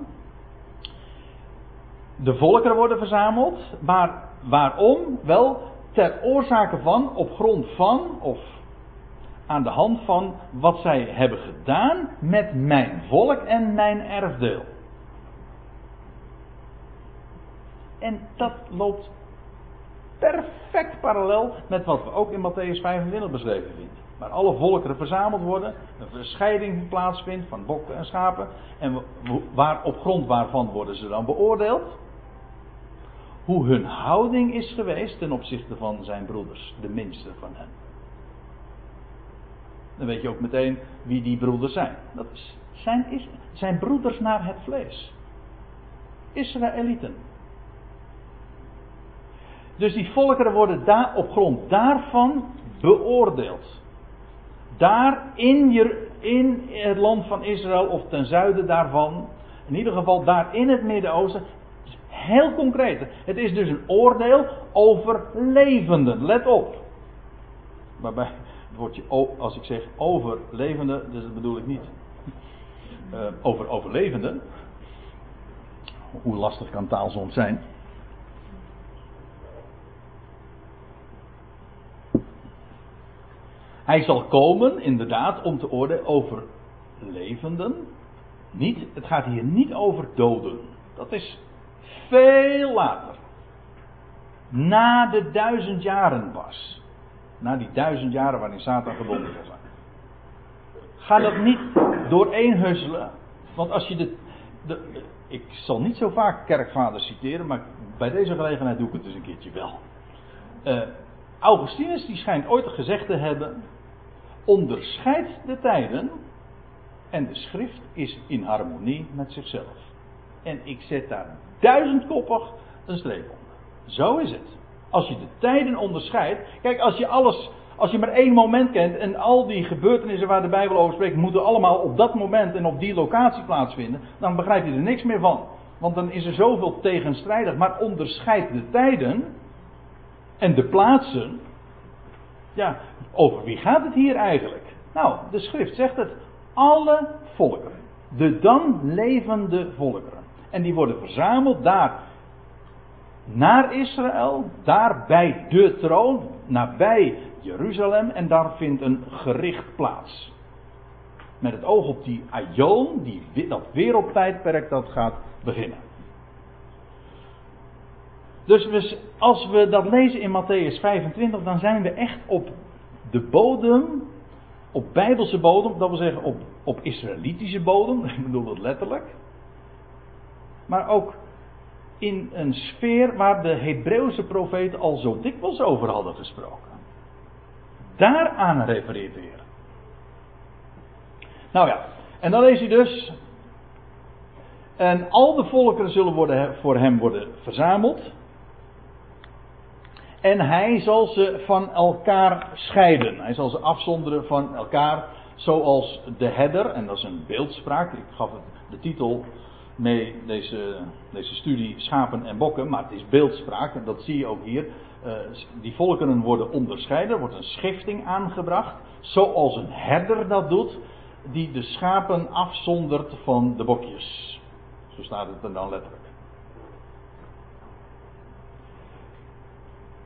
De volkeren worden verzameld, maar waarom? Wel ter oorzake van, op grond van, of aan de hand van wat zij hebben gedaan met mijn volk en mijn erfdeel. En dat loopt perfect parallel met wat we ook in Mattheüs 25 beschreven vinden. Waar alle volkeren verzameld worden, een verscheiding plaatsvindt van bokken en schapen. En op grond waarvan worden ze dan beoordeeld? Hoe hun houding is geweest ten opzichte van zijn broeders, de minste van hen. Dan weet je ook meteen wie die broeders zijn. Dat zijn broeders naar het vlees. Israëlieten. Dus die volkeren worden daar op grond daarvan beoordeeld. Daar in het land van Israël of ten zuiden daarvan. In ieder geval daar in het Midden-Oosten. Heel concreet. Het is dus een oordeel over levenden. Let op. Waarbij het woordje, als ik zeg overlevenden, dus dat bedoel ik niet over overlevenden. Hoe lastig kan taal soms zijn. Hij zal komen, inderdaad, om te oordelen over levenden. Het gaat hier niet over doden. Dat is veel later. Na de 1000 jaren pas. Na die 1000 jaren waarin Satan gebonden zal zijn. Ga dat niet doorheen husselen. Want als je ik zal niet zo vaak kerkvaders citeren, maar bij deze gelegenheid doe ik het dus een keertje wel. Augustinus die schijnt ooit gezegd te hebben: onderscheidt de tijden en de schrift is in harmonie met zichzelf. En ik zet daar 1000-koppig een streep onder. Zo is het. Als je de tijden onderscheidt. Kijk, als je maar één moment kent en al die gebeurtenissen waar de Bijbel over spreekt moeten allemaal op dat moment en op die locatie plaatsvinden, dan begrijp je er niks meer van. Want dan is er zoveel tegenstrijdig. Maar onderscheid de tijden en de plaatsen. Ja, over wie gaat het hier eigenlijk? Nou, de schrift zegt het. Alle volkeren. De dan levende volkeren. En die worden verzameld daar. Naar Israël. Daar bij de troon. Nabij Jeruzalem. En daar vindt een gericht plaats. Met het oog op die aion. Dat wereldtijdperk dat gaat beginnen. Dus als we dat lezen in Mattheüs 25, dan zijn we echt op de bodem, op bijbelse bodem, dat wil zeggen op Israëlitische bodem, ik bedoel dat letterlijk. Maar ook in een sfeer waar de Hebreeuwse profeten al zo dikwijls over hadden gesproken. Daaraan refereert de Heer. Nou ja, en dan lees je dus. En al de volkeren zullen voor hem worden verzameld. En hij zal ze van elkaar scheiden. Hij zal ze afzonderen van elkaar. Zoals de herder. En dat is een beeldspraak. Ik gaf de titel mee deze studie schapen en bokken. Maar het is beeldspraak. En dat zie je ook hier. Die volkeren worden onderscheiden. Er wordt een schifting aangebracht. Zoals een herder dat doet. Die de schapen afzondert van de bokjes. Zo staat het er dan letterlijk.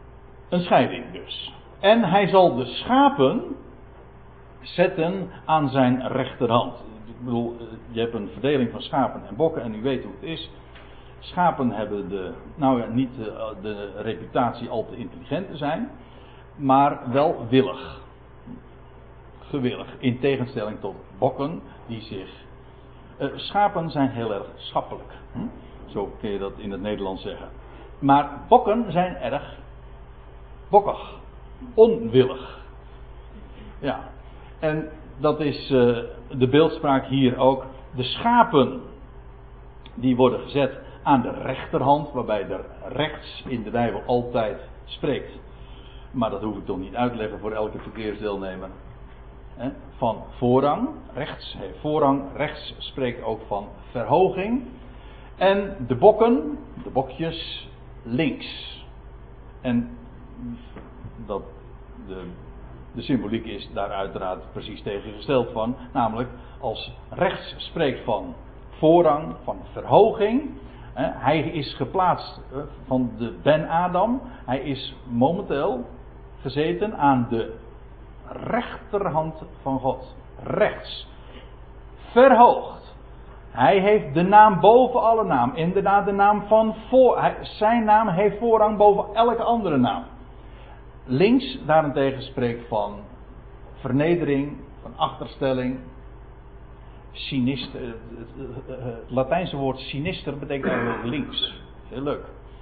Een scheiding dus. En hij zal de schapen zetten aan zijn rechterhand. Ik bedoel, je hebt een verdeling van schapen en bokken en u weet hoe het is. Schapen hebben niet de reputatie al te intelligent te zijn, maar wel willig. Gewillig. In tegenstelling tot bokken die zich... schapen zijn heel erg schappelijk. Zo kun je dat in het Nederlands zeggen. Maar bokken zijn erg bokkig. Onwillig. Ja. En dat is de beeldspraak hier ook. De schapen die worden gezet aan de rechterhand, waarbij er rechts in de Bijbel altijd spreekt. Maar dat hoef ik toch niet uit te leggen voor elke verkeersdeelnemer. Van voorrang, rechts heeft voorrang, rechts spreekt ook van verhoging. En de bokken, de bokjes, links. En dat de symboliek is daar uiteraard precies tegengesteld van. Namelijk, als rechts spreekt van voorrang, van verhoging. Hij is geplaatst van de Ben Adam. Hij is momenteel gezeten aan de rechterhand van God. Rechts. Verhoogd. Hij heeft de naam boven alle naam. Inderdaad de naam van zijn naam heeft voorrang boven elke andere naam. Links daarentegen spreekt van vernedering, van achterstelling. Sinister. Het Latijnse woord sinister betekent eigenlijk links. Heel leuk.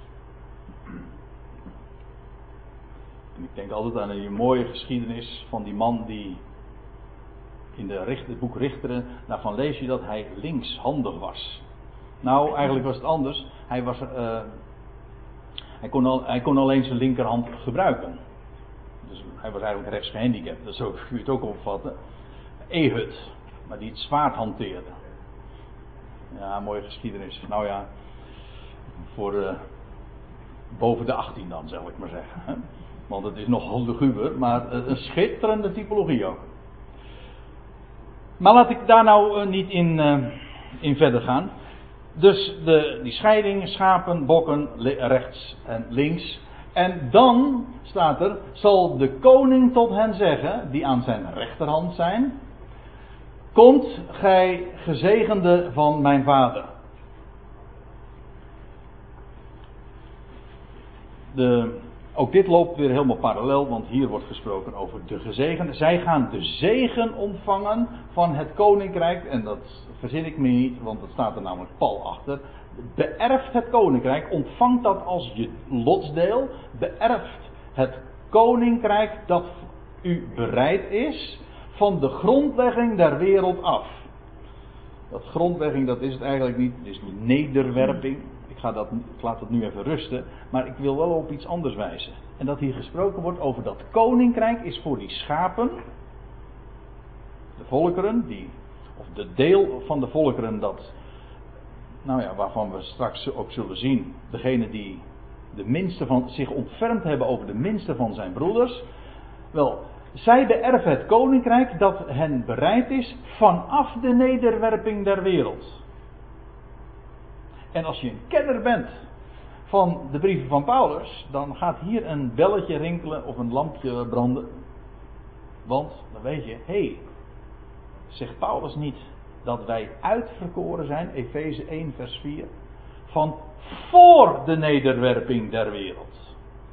En ik denk altijd aan een mooie geschiedenis van die man die in het boek Richteren, daarvan lees je dat hij linkshandig was. Nou, eigenlijk was het anders. Hij kon alleen zijn linkerhand gebruiken. Dus hij was eigenlijk rechts gehandicapt. Dat zo kun je het ook opvatten. Ehud, maar die het zwaard hanteerde. Ja, mooie geschiedenis. Nou ja, voor boven de 18 dan, zal ik maar zeggen. Hè? Want het is nogal luguber, maar een schitterende typologie ook. Maar laat ik daar nou niet in verder gaan. Dus die scheiding, schapen, bokken, rechts en links. En dan staat er, zal de koning tot hen zeggen, die aan zijn rechterhand zijn: komt gij gezegende van mijn vader. Ook dit loopt weer helemaal parallel, want hier wordt gesproken over de gezegenden. Zij gaan de zegen ontvangen van het koninkrijk. En dat verzin ik me niet, want dat staat er namelijk pal achter. Beërft het koninkrijk, ontvangt dat als je lotsdeel. Beërft het koninkrijk dat u bereid is van de grondlegging der wereld af. Dat grondlegging, dat is het eigenlijk niet. Het is nederwerping. Ik laat dat nu even rusten. Maar ik wil wel op iets anders wijzen. En dat hier gesproken wordt over dat koninkrijk is voor die schapen. De volkeren, of de deel van de volkeren dat, waarvan we straks ook zullen zien. Degene die de minste van zich ontfermd hebben over de minste van zijn broeders. Wel, zij beërven het koninkrijk dat hen bereid is vanaf de nederwerping der wereld. En als je een kenner bent van de brieven van Paulus, dan gaat hier een belletje rinkelen of een lampje branden. Want dan weet je, zegt Paulus niet dat wij uitverkoren zijn, Efeze 1 vers 4, van voor de nederwerping der wereld.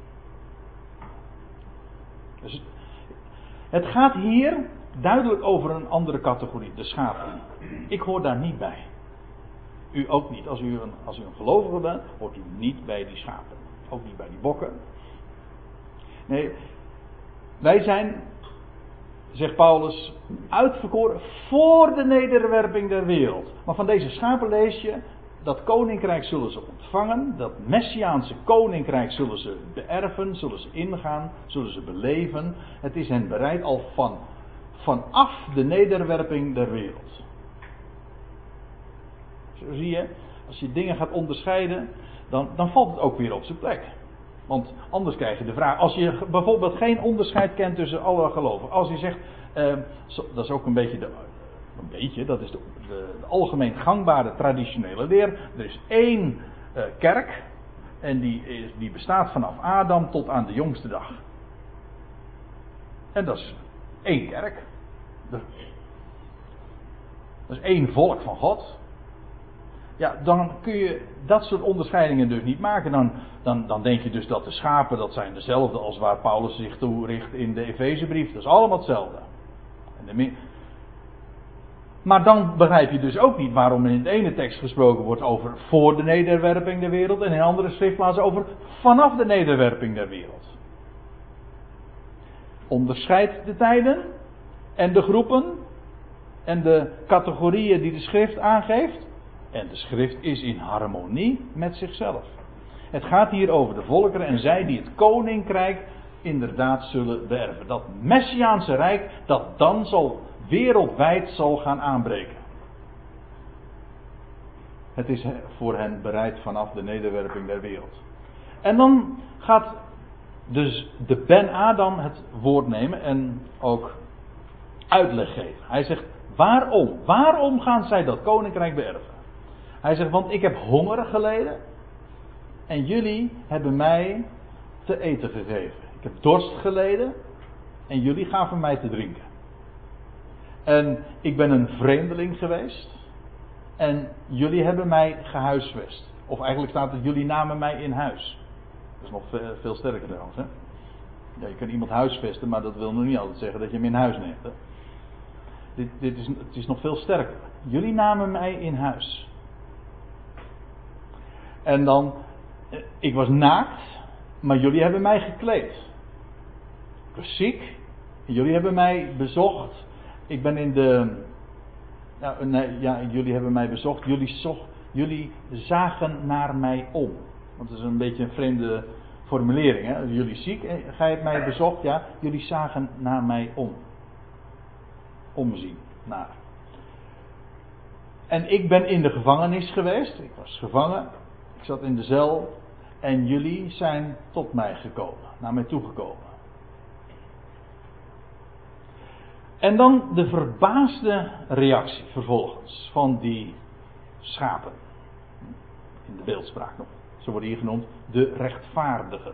Dus het gaat hier duidelijk over een andere categorie, de schapen. Ik hoor daar niet bij. U ook niet. Als u een gelovige bent, hoort u niet bij die schapen. Ook niet bij die bokken. Nee, wij zijn, zegt Paulus, uitverkoren voor de nederwerping der wereld. Maar van deze schapen lees je, dat koninkrijk zullen ze ontvangen, dat messiaanse koninkrijk zullen ze beërven, zullen ze ingaan, zullen ze beleven. Het is hen bereid al vanaf de nederwerping der wereld. Zo zie je, als je dingen gaat onderscheiden, dan valt het ook weer op zijn plek. Want anders krijg je de vraag, als je bijvoorbeeld geen onderscheid kent tussen alle gelovigen. Als je zegt, dat is ook een beetje dat is de algemeen gangbare traditionele leer. Er is één kerk En die bestaat vanaf Adam tot aan de jongste dag. En dat is één kerk. Dat is één volk van God. Ja, dan kun je dat soort onderscheidingen dus niet maken. Dan denk je dus dat de schapen, dat zijn dezelfde als waar Paulus zich toe richt in de Efezebrief. Dat is allemaal hetzelfde. Maar dan begrijp je dus ook niet waarom in de ene tekst gesproken wordt over voor de nederwerping der wereld en in andere schriftplaatsen over vanaf de nederwerping der wereld. Onderscheid de tijden en de groepen en de categorieën die de schrift aangeeft. En de schrift is in harmonie met zichzelf. Het gaat hier over de volkeren en zij die het koninkrijk inderdaad zullen beërven. Dat Messiaanse rijk dat dan wereldwijd zal gaan aanbreken. Het is voor hen bereid vanaf de nederwerping der wereld. En dan gaat dus de Ben Adam het woord nemen en ook uitleg geven. Hij zegt, waarom? Waarom gaan zij dat koninkrijk beërven? Hij zegt, want ik heb honger geleden en jullie hebben mij te eten gegeven. Ik heb dorst geleden en jullie gaven mij te drinken. En ik ben een vreemdeling geweest en jullie hebben mij gehuisvest. Of eigenlijk staat het, jullie namen mij in huis. Dat is nog veel sterker trouwens. Hè? Ja, je kunt iemand huisvesten, maar dat wil nog niet altijd zeggen dat je hem in huis neemt. Hè? Het is nog veel sterker. Jullie namen mij in huis. En dan, ik was naakt, maar jullie hebben mij gekleed. Ik was ziek, en jullie hebben mij bezocht. Ik ben in de... jullie hebben mij bezocht. Jullie zagen naar mij om. Want dat is een beetje een vreemde formulering. Hè? Jullie ziek, gij hebt mij bezocht. Ja, jullie zagen naar mij om. Omzien naar. En ik ben in de gevangenis geweest. Ik was gevangen. Ik zat in de cel. En jullie zijn tot mij gekomen. Naar mij toegekomen. En dan de verbaasde reactie vervolgens van die schapen. In de beeldspraak nog. Ze worden hier genoemd de rechtvaardigen.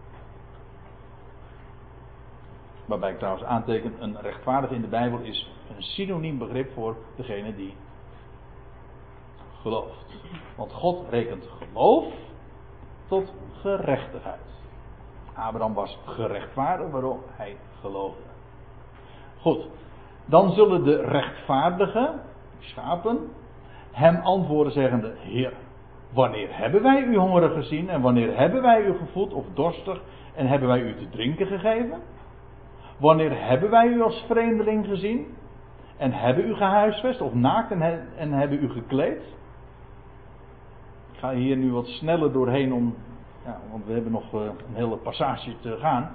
Waarbij ik trouwens aanteken, een rechtvaardige in de Bijbel is een synoniem begrip voor degene die gelooft. Want God rekent geloof tot gerechtigheid. Abraham was gerechtvaardigd, waarom? Hij geloofde. Goed, dan zullen de rechtvaardigen, schapen, hem antwoorden zeggende, Heer, wanneer hebben wij u hongerig gezien en wanneer hebben wij u gevoed of dorstig en hebben wij u te drinken gegeven? Wanneer hebben wij u als vreemdeling gezien en hebben u gehuisvest of naakt en hebben u gekleed? Ik ga hier nu wat sneller doorheen want we hebben nog een hele passage te gaan.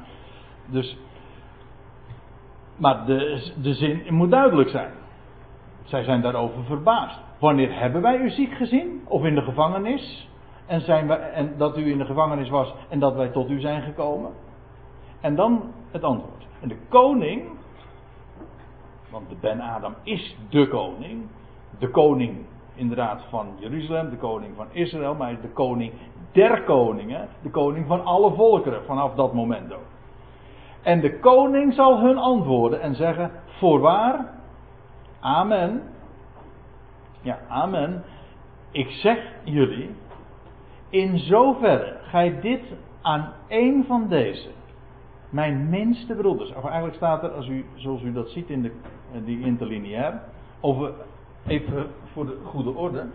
Maar de zin moet duidelijk zijn. Zij zijn daarover verbaasd. Wanneer hebben wij u ziek gezien? Of in de gevangenis? En dat u in de gevangenis was en dat wij tot u zijn gekomen? En dan het antwoord. En de koning, want de Ben Adam is de koning. De koning inderdaad van Jeruzalem, de koning van Israël, maar hij is de koning der koningen. De koning van alle volkeren vanaf dat moment ook. En de koning zal hun antwoorden en zeggen, voorwaar, amen. Ja, amen. Ik zeg jullie, in zoverre gij dit aan één van deze, mijn minste broeders, of eigenlijk staat er, zoals u dat ziet in die interlineair, even voor de goede orde,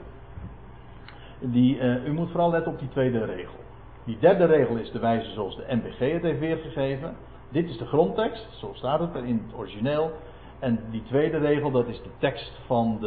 u moet vooral letten op die tweede regel. Die derde regel is de wijze zoals de NBG het heeft weergegeven. Dit is de grondtekst, zo staat het er in het origineel. En die tweede regel, dat is de tekst van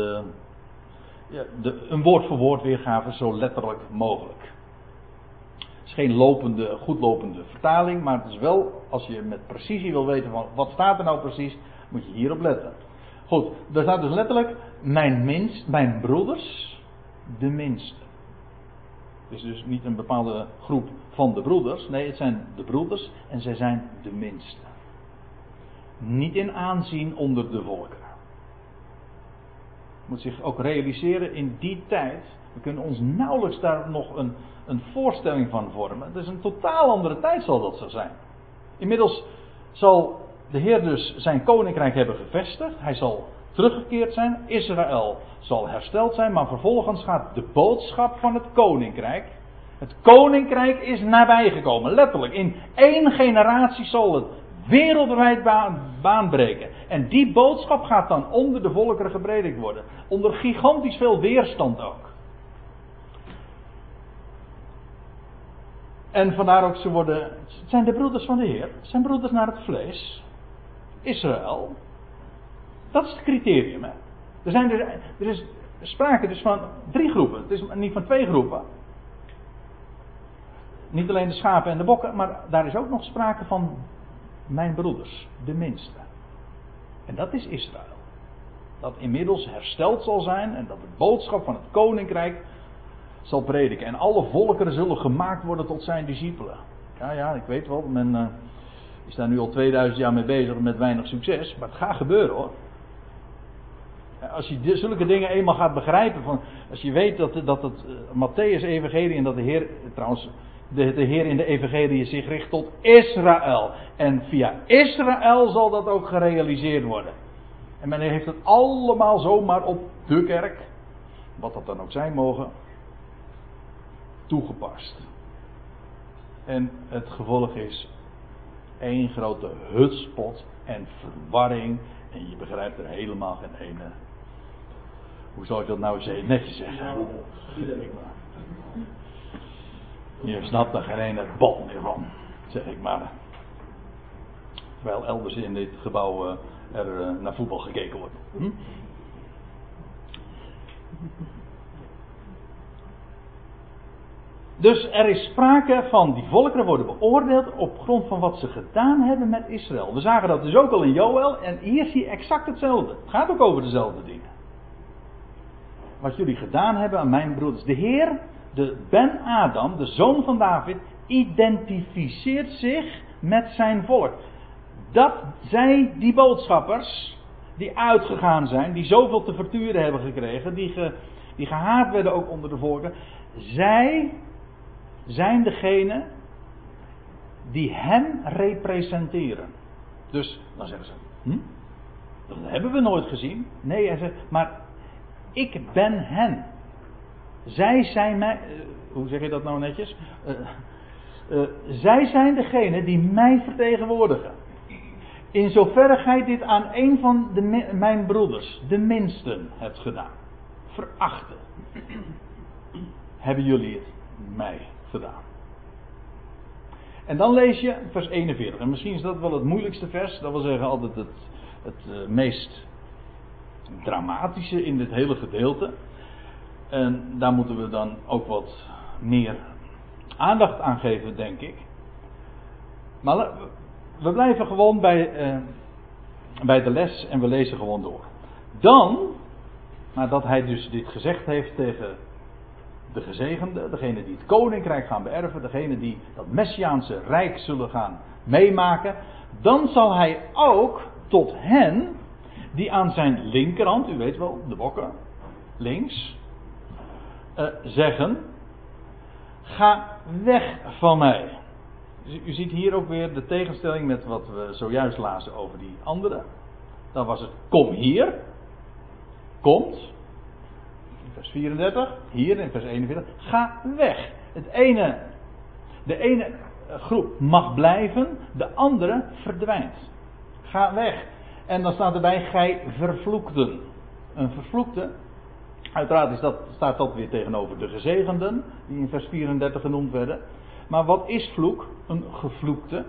een woord voor woord weergave, zo letterlijk mogelijk. Het is geen goed lopende vertaling, maar het is wel, als je met precisie wil weten van wat staat er nou precies, moet je hierop letten. Goed, daar staat dus letterlijk, mijn broeders, de minste. Het is dus niet een bepaalde groep van de broeders. Nee, het zijn de broeders en zij zijn de minste. Niet in aanzien onder de volkeren. moet zich ook realiseren in die tijd. We kunnen ons nauwelijks daar nog een voorstelling van vormen. Het is een totaal andere tijd zal dat zo zijn. Inmiddels zal de Heer dus zijn koninkrijk hebben gevestigd. Hij zal teruggekeerd zijn. Israël zal hersteld zijn. Maar vervolgens gaat de boodschap van het koninkrijk. Het koninkrijk is nabijgekomen. Letterlijk. In 1 generatie zal het wereldwijd baan breken. En die boodschap gaat dan onder de volkeren gepredikt worden. Onder gigantisch veel weerstand ook. En vandaar ook het zijn de broeders van de Heer. Het zijn broeders naar het vlees. Israël. Dat is het criterium. Hè. Er is sprake dus van 3 groepen. Het is niet van 2 groepen. Niet alleen de schapen en de bokken. Maar daar is ook nog sprake van mijn broeders. De minste. En dat is Israël. Dat inmiddels hersteld zal zijn. En dat de boodschap van het koninkrijk zal prediken. En alle volkeren zullen gemaakt worden tot zijn discipelen. Ja, ik weet wel. Men is daar nu al 2000 jaar mee bezig met weinig succes. Maar het gaat gebeuren hoor. Als je zulke dingen eenmaal gaat begrijpen. Als je weet dat het Mattheüs-evangelie en dat de Heer, trouwens, de Heer in de evangelie zich richt tot Israël. En via Israël zal dat ook gerealiseerd worden. En men heeft het allemaal zomaar op de kerk, wat dat dan ook zijn mogen, toegepast. En het gevolg is één grote hutspot en verwarring. En je begrijpt er helemaal geen ene. Hoe zal ik dat nou eens netjes zeggen? Je snapt er geen ene bal meer van, zeg ik maar. Terwijl elders in dit gebouw er naar voetbal gekeken wordt. Dus er is sprake van die volkeren worden beoordeeld op grond van wat ze gedaan hebben met Israël. We zagen dat dus ook al in Joël en hier zie je exact hetzelfde. Het gaat ook over dezelfde dingen. Wat jullie gedaan hebben aan mijn broeders. De Heer, de Ben-Adam, de zoon van David, identificeert zich met zijn volk. Dat zij, die boodschappers, die uitgegaan zijn, die zoveel te verturen hebben gekregen, die gehaat werden ook onder de volken, zij zijn degene die hem representeren. Dus dan zeggen ze, dat hebben we nooit gezien. Nee, hij zegt, maar ik ben hen. Zij zijn mij, hoe zeg je dat nou netjes? Zij zijn degene die mij vertegenwoordigen. In zoverre gij dit aan een van mijn broeders, de minsten, hebt gedaan. Verachten. Hebben jullie het mij gedaan. En dan lees je vers 41. En misschien is dat wel het moeilijkste vers. Dat wil zeggen altijd het meest dramatische in dit hele gedeelte. En daar moeten we dan ook wat meer aandacht aan geven, denk ik. Maar we blijven gewoon bij de les en we lezen gewoon door. Dan, nadat hij dus dit gezegd heeft tegen de gezegenden, degene die het koninkrijk gaan beërven, degene die dat Messiaanse rijk zullen gaan meemaken, dan zal hij ook tot hen die aan zijn linkerhand, u weet wel, de bokken, links, zeggen, ga weg van mij. U ziet hier ook weer de tegenstelling met wat we zojuist lazen over die andere. Dan was het, kom hier, komt, in vers 34, hier in vers 41, ga weg. De ene groep mag blijven, de andere verdwijnt. Ga weg. En dan staat erbij, gij vervloekten. Een vervloekte, uiteraard staat dat weer tegenover de gezegenden, die in vers 34 genoemd werden. Maar wat is vloek? Een gevloekte.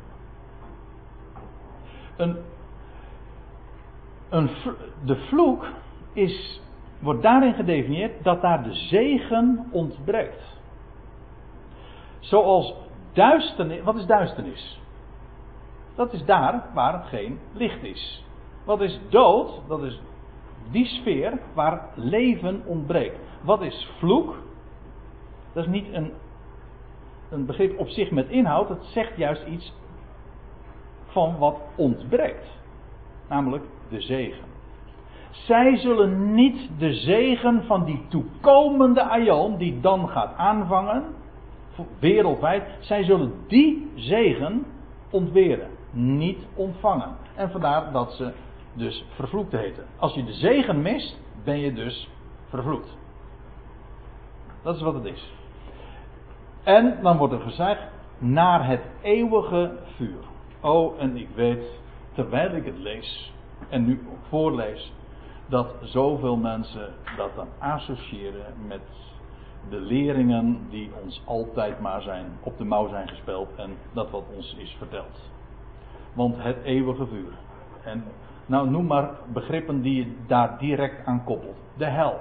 De vloek wordt daarin gedefinieerd dat daar de zegen ontbreekt. Zoals duisternis. Wat is duisternis? Dat is daar waar geen licht is. Wat is dood? Dat is die sfeer waar leven ontbreekt. Wat is vloek? Dat is niet een begrip op zich met inhoud. Het zegt juist iets van wat ontbreekt. Namelijk de zegen. zij zullen niet de zegen van die toekomende aion, die dan gaat aanvangen, wereldwijd, zij zullen die zegen ontberen, niet ontvangen. En vandaar dat ze dus vervloekt heten. Als je de zegen mist, ben je dus vervloekt. Dat is wat het is. En dan wordt er gezegd, naar het eeuwige vuur. Oh, en ik weet, terwijl ik het lees, en nu ook voorlees, dat zoveel mensen dat dan associëren met de leringen die ons altijd maar op de mouw zijn gespeld en dat wat ons is verteld. Want het eeuwige vuur. En nou, noem maar begrippen die je daar direct aan koppelt. De hel.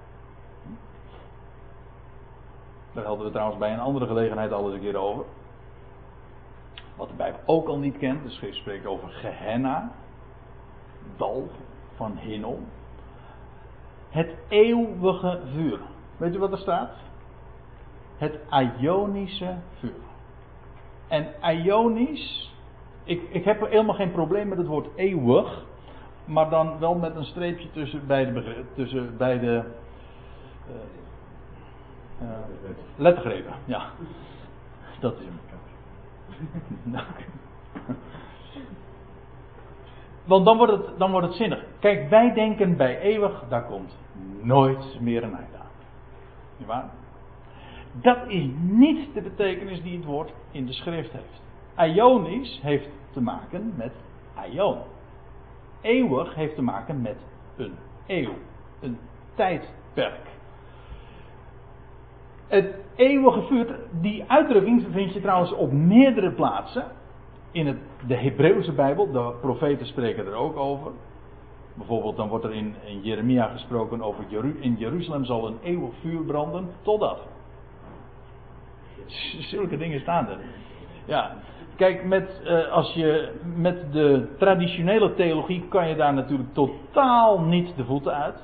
Daar hadden we trouwens bij een andere gelegenheid al eens een keer over. Wat de Bijbel ook al niet kent. De schrift spreekt over Gehenna. Dal van Hinnom. Het eeuwige vuur. Weet u wat er staat? Het Ionische vuur. En Ionisch. Ik heb er helemaal geen probleem met het woord eeuwig. Maar dan wel met een streepje tussen beide lettergrepen. Ja. Dat is hem. Want dan wordt het zinnig. Kijk, wij denken bij eeuwig, daar komt nooit meer een einde aan. Niet waar? Dat is niet de betekenis die het woord in de schrift heeft. Ionisch heeft te maken met aion. Eeuwig heeft te maken met een eeuw. Een tijdperk. Het eeuwige vuur, die uitdrukking vind je trouwens op meerdere plaatsen. In de Hebreeuwse Bijbel, de profeten spreken er ook over. Bijvoorbeeld dan wordt er in Jeremia gesproken over in Jeruzalem zal een eeuwig vuur branden, totdat. Zulke dingen staan er. Ja, kijk, met de traditionele theologie kan je daar natuurlijk totaal niet de voeten uit.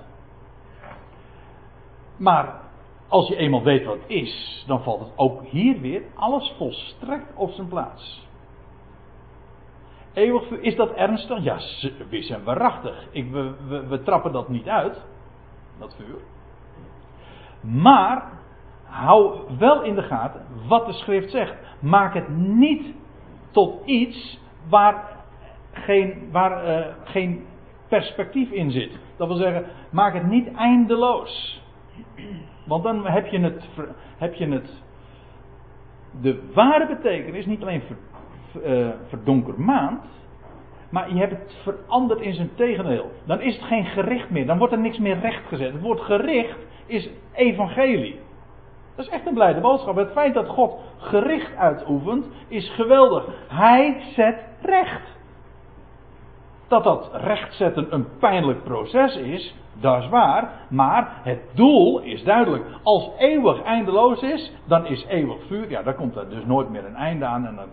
Maar als je eenmaal weet wat het is, dan valt het ook hier weer alles volstrekt op zijn plaats. Eeuwig vuur, is dat ernstig? Ja, wis en waarachtig. We trappen dat niet uit, dat vuur. Maar hou wel in de gaten wat de schrift zegt. Maak het niet tot iets waar geen perspectief in zit. Dat wil zeggen, maak het niet eindeloos. Want dan heb je het de ware betekenis niet alleen verdonkermaand, maar je hebt het veranderd in zijn tegendeel. Dan is het geen gericht meer, dan wordt er niks meer rechtgezet. Het woord gericht is evangelie. Dat is echt een blijde boodschap. Het feit dat God gericht uitoefent is geweldig. Hij zet recht. Dat rechtzetten een pijnlijk proces is, dat is waar. Maar het doel is duidelijk. Als eeuwig eindeloos is, dan is eeuwig vuur. Ja, daar komt er dus nooit meer een einde aan. En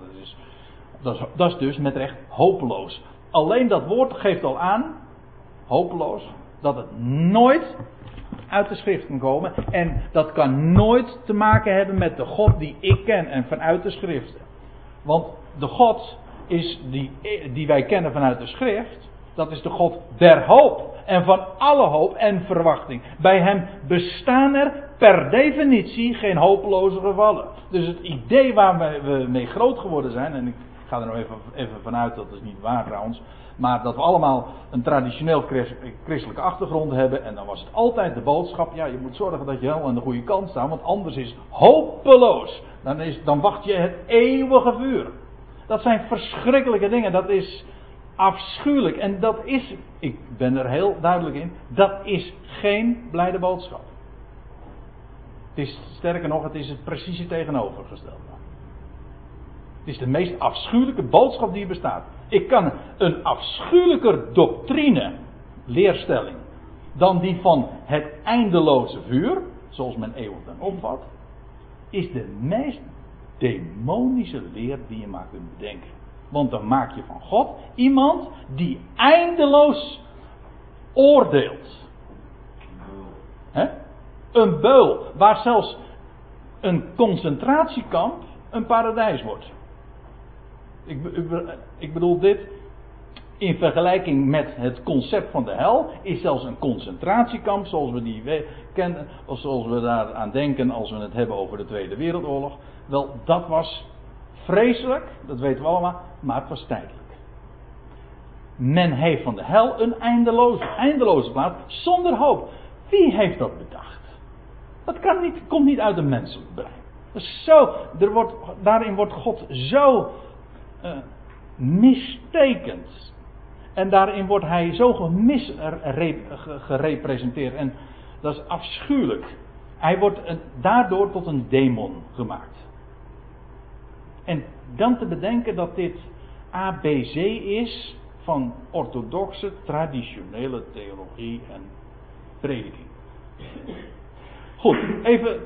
dat is dus met recht hopeloos. Alleen dat woord geeft al aan, hopeloos, dat het nooit uit de schrift kan komen. En dat kan nooit te maken hebben met de God die ik ken en vanuit de schriften. Want de God is die wij kennen vanuit de schrift, dat is de God der hoop. En van alle hoop en verwachting. Bij hem bestaan er per definitie geen hopeloze gevallen. Dus het idee waar we mee groot geworden zijn, en ik ga er nog even vanuit, dat is niet waar trouwens, maar dat we allemaal een traditioneel christelijke achtergrond hebben. En dan was het altijd de boodschap, ja, je moet zorgen dat je wel aan de goede kant staat, want anders is het hopeloos. Dan wacht je het eeuwige vuur. Dat zijn verschrikkelijke dingen, dat is afschuwelijk. En dat is, ik ben er heel duidelijk in, dat is geen blijde boodschap. Het is, sterker nog, het is het precieze tegenovergestelde. Het is de meest afschuwelijke boodschap die er bestaat. Ik kan een afschuwelijker doctrine, leerstelling, dan die van het eindeloze vuur, zoals men eeuwig dan opvat, is de meest demonische leer die je maar kunt bedenken. Want dan maak je van God iemand die eindeloos oordeelt. Een beul, waar zelfs een concentratiekamp een paradijs wordt. Ik bedoel dit. in vergelijking met het concept van de hel, is zelfs een concentratiekamp zoals we die kennen, of zoals we daar aan denken als we het hebben over de Tweede Wereldoorlog. Wel, dat was vreselijk, dat weten we allemaal, maar het was tijdelijk. Men heeft van de hel een eindeloze plaats, zonder hoop. Wie heeft dat bedacht? Dat komt niet uit een menselijk brein. Daarin wordt God zo mistekend. En daarin wordt hij zo gerepresenteerd. En dat is afschuwelijk. Hij wordt daardoor tot een demon gemaakt. En dan te bedenken dat dit ABC is van orthodoxe, traditionele theologie en prediking. Goed, even.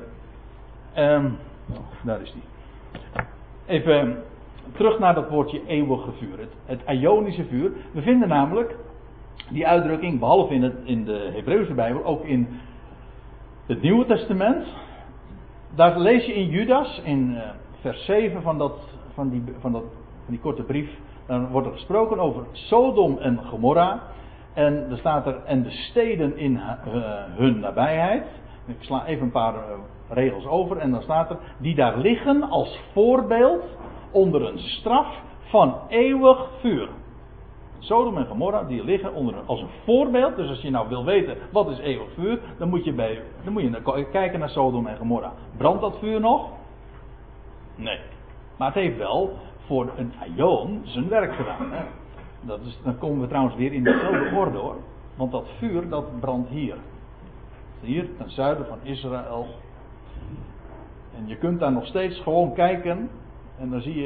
Daar is die. Even terug naar dat woordje eeuwige vuur. Het Ionische vuur. We vinden namelijk die uitdrukking, behalve in de Hebreeuwse Bijbel, ook in het Nieuwe Testament. Daar lees je in Judas, in vers 7 van die korte brief. Dan wordt er gesproken over Sodom en Gomorra. En er staat er, en de steden in hun nabijheid. Ik sla even een paar regels over. En dan staat er, die daar liggen als voorbeeld onder een straf van eeuwig vuur. Sodom en Gomorra, die liggen als een voorbeeld. Dus als je nou wil weten, wat is eeuwig vuur? Dan moet je kijken naar Sodom en Gomorra. Brandt dat vuur nog? Nee. Maar het heeft wel voor een aion zijn werk gedaan. Hè? Dan komen we trouwens weer in dezelfde orde hoor. Want dat vuur, dat brandt hier. Hier, ten zuiden van Israël. En je kunt daar nog steeds gewoon kijken. En dan zie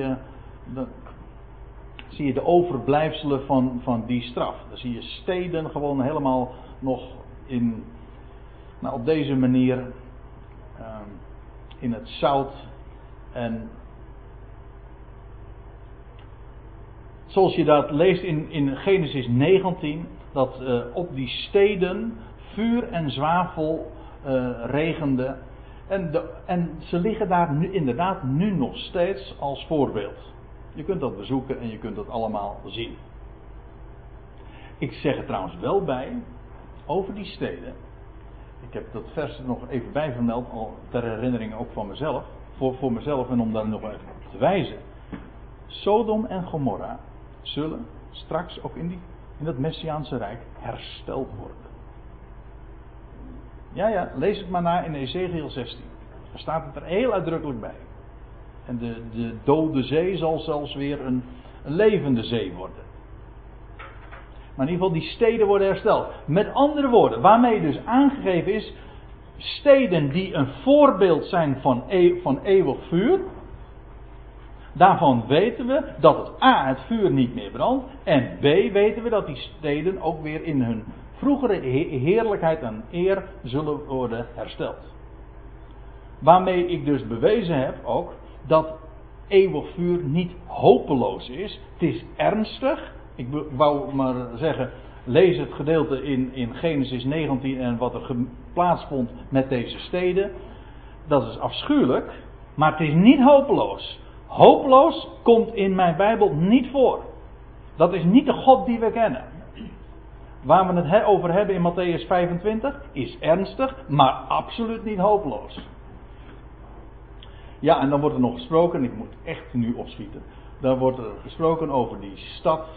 je de overblijfselen van die straf. Dan zie je steden gewoon helemaal nog op deze manier in het zout. En zoals je dat leest in Genesis 19, dat op die steden vuur en zwavel regende. En ze liggen daar nu inderdaad nu nog steeds als voorbeeld. Je kunt dat bezoeken en je kunt dat allemaal zien. Ik zeg er trouwens wel bij, over die steden. Ik heb dat vers nog even bij vermeld, al ter herinnering ook van mezelf. Voor mezelf en om daar nog even op te wijzen. Sodom en Gomorra zullen straks ook in dat Messiaanse Rijk hersteld worden. Ja, lees het maar na in Ezekiel 16. Daar staat het er heel uitdrukkelijk bij. En de dode zee zal zelfs weer een levende zee worden. Maar in ieder geval, die steden worden hersteld. Met andere woorden, waarmee dus aangegeven is, steden die een voorbeeld zijn van eeuwig vuur. Daarvan weten we dat het vuur niet meer brandt. En B, weten we dat die steden ook weer in hun vroegere heerlijkheid en eer zullen worden hersteld. Waarmee ik dus bewezen heb ook dat eeuwig vuur niet hopeloos is. Het is ernstig. Ik wou maar zeggen, lees het gedeelte in Genesis 19 en wat er plaatsvond met deze steden. Dat is afschuwelijk, maar het is niet hopeloos. Hopeloos komt in mijn Bijbel niet voor. Dat is niet de God die we kennen. Waar we het over hebben in Mattheüs 25 is ernstig, maar absoluut niet hopeloos. Ja, en dan wordt er nog gesproken, ik moet echt nu opschieten. Dan wordt er gesproken over die stad,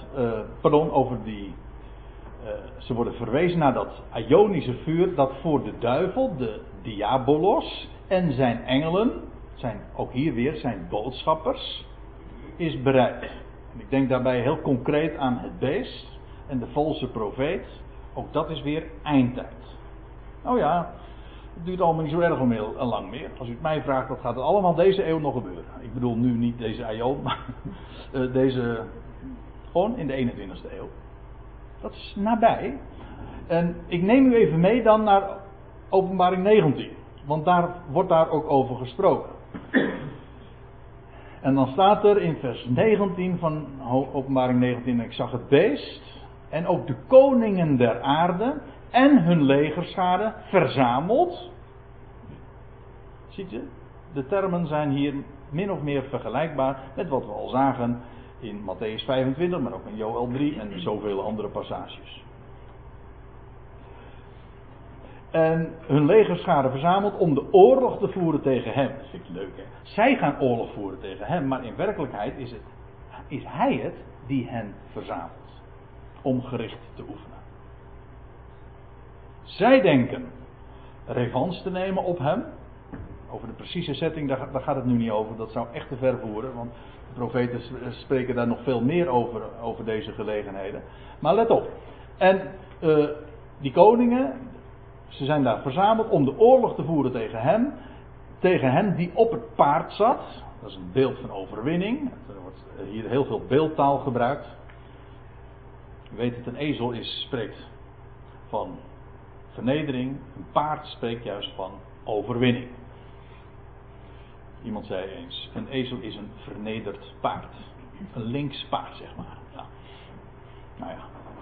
ze worden verwezen naar dat Ionische vuur dat voor de duivel, de diabolos en zijn engelen, ook hier weer zijn boodschappers, is bereid. En ik denk daarbij heel concreet aan het beest en de valse profeet. Ook dat is weer eindtijd. Nou ja, het duurt allemaal niet zo erg lang meer. Als u het mij vraagt, dat gaat er allemaal deze eeuw nog gebeuren. Ik bedoel nu niet deze aion, maar deze gewoon in de 21ste eeuw. Dat is nabij. En ik neem u even mee dan naar Openbaring 19. Want daar wordt daar ook over gesproken. En dan staat er in vers 19 van Openbaring 19. Ik zag het beest en ook de koningen der aarde en hun legerschade verzameld. Ziet je? De termen zijn hier min of meer vergelijkbaar met wat we al zagen in Mattheüs 25, maar ook in Joël 3 en zoveel andere passages. En hun legerschade verzameld om de oorlog te voeren tegen hem. Dat vind ik leuk, hè. Zij gaan oorlog voeren tegen hem, maar in werkelijkheid is hij het die hen verzamelt. Om gericht te oefenen. Zij denken revanche te nemen op hem. Over de precieze setting, daar gaat het nu niet over. Dat zou echt te ver voeren, want de profeten spreken daar nog veel meer over deze gelegenheden. Maar let op. En die koningen, ze zijn daar verzameld om de oorlog te voeren tegen hem. Tegen hem die op het paard zat. Dat is een beeld van overwinning. Er wordt hier heel veel beeldtaal gebruikt. U weet dat een ezel spreekt van vernedering. Een paard spreekt juist van overwinning. Iemand zei eens, een ezel is een vernederd paard. Een links paard, zeg maar. Ja. Nou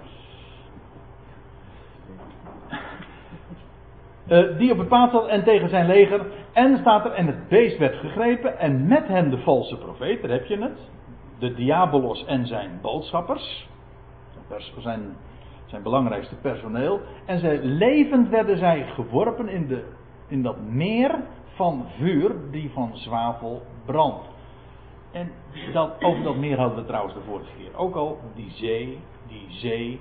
ja. Die op het paard zat en tegen zijn leger. En staat er, en het beest werd gegrepen. En met hem de valse profeet, daar heb je het. De diabolos en zijn boodschappers. Zijn belangrijkste personeel. En levend werden zij geworpen in dat meer van vuur die van zwavel brandt. En over dat meer hadden we trouwens de vorige keer ook al. Die zee,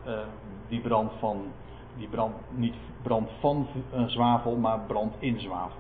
niet brandt van zwavel, maar brandt in zwavel.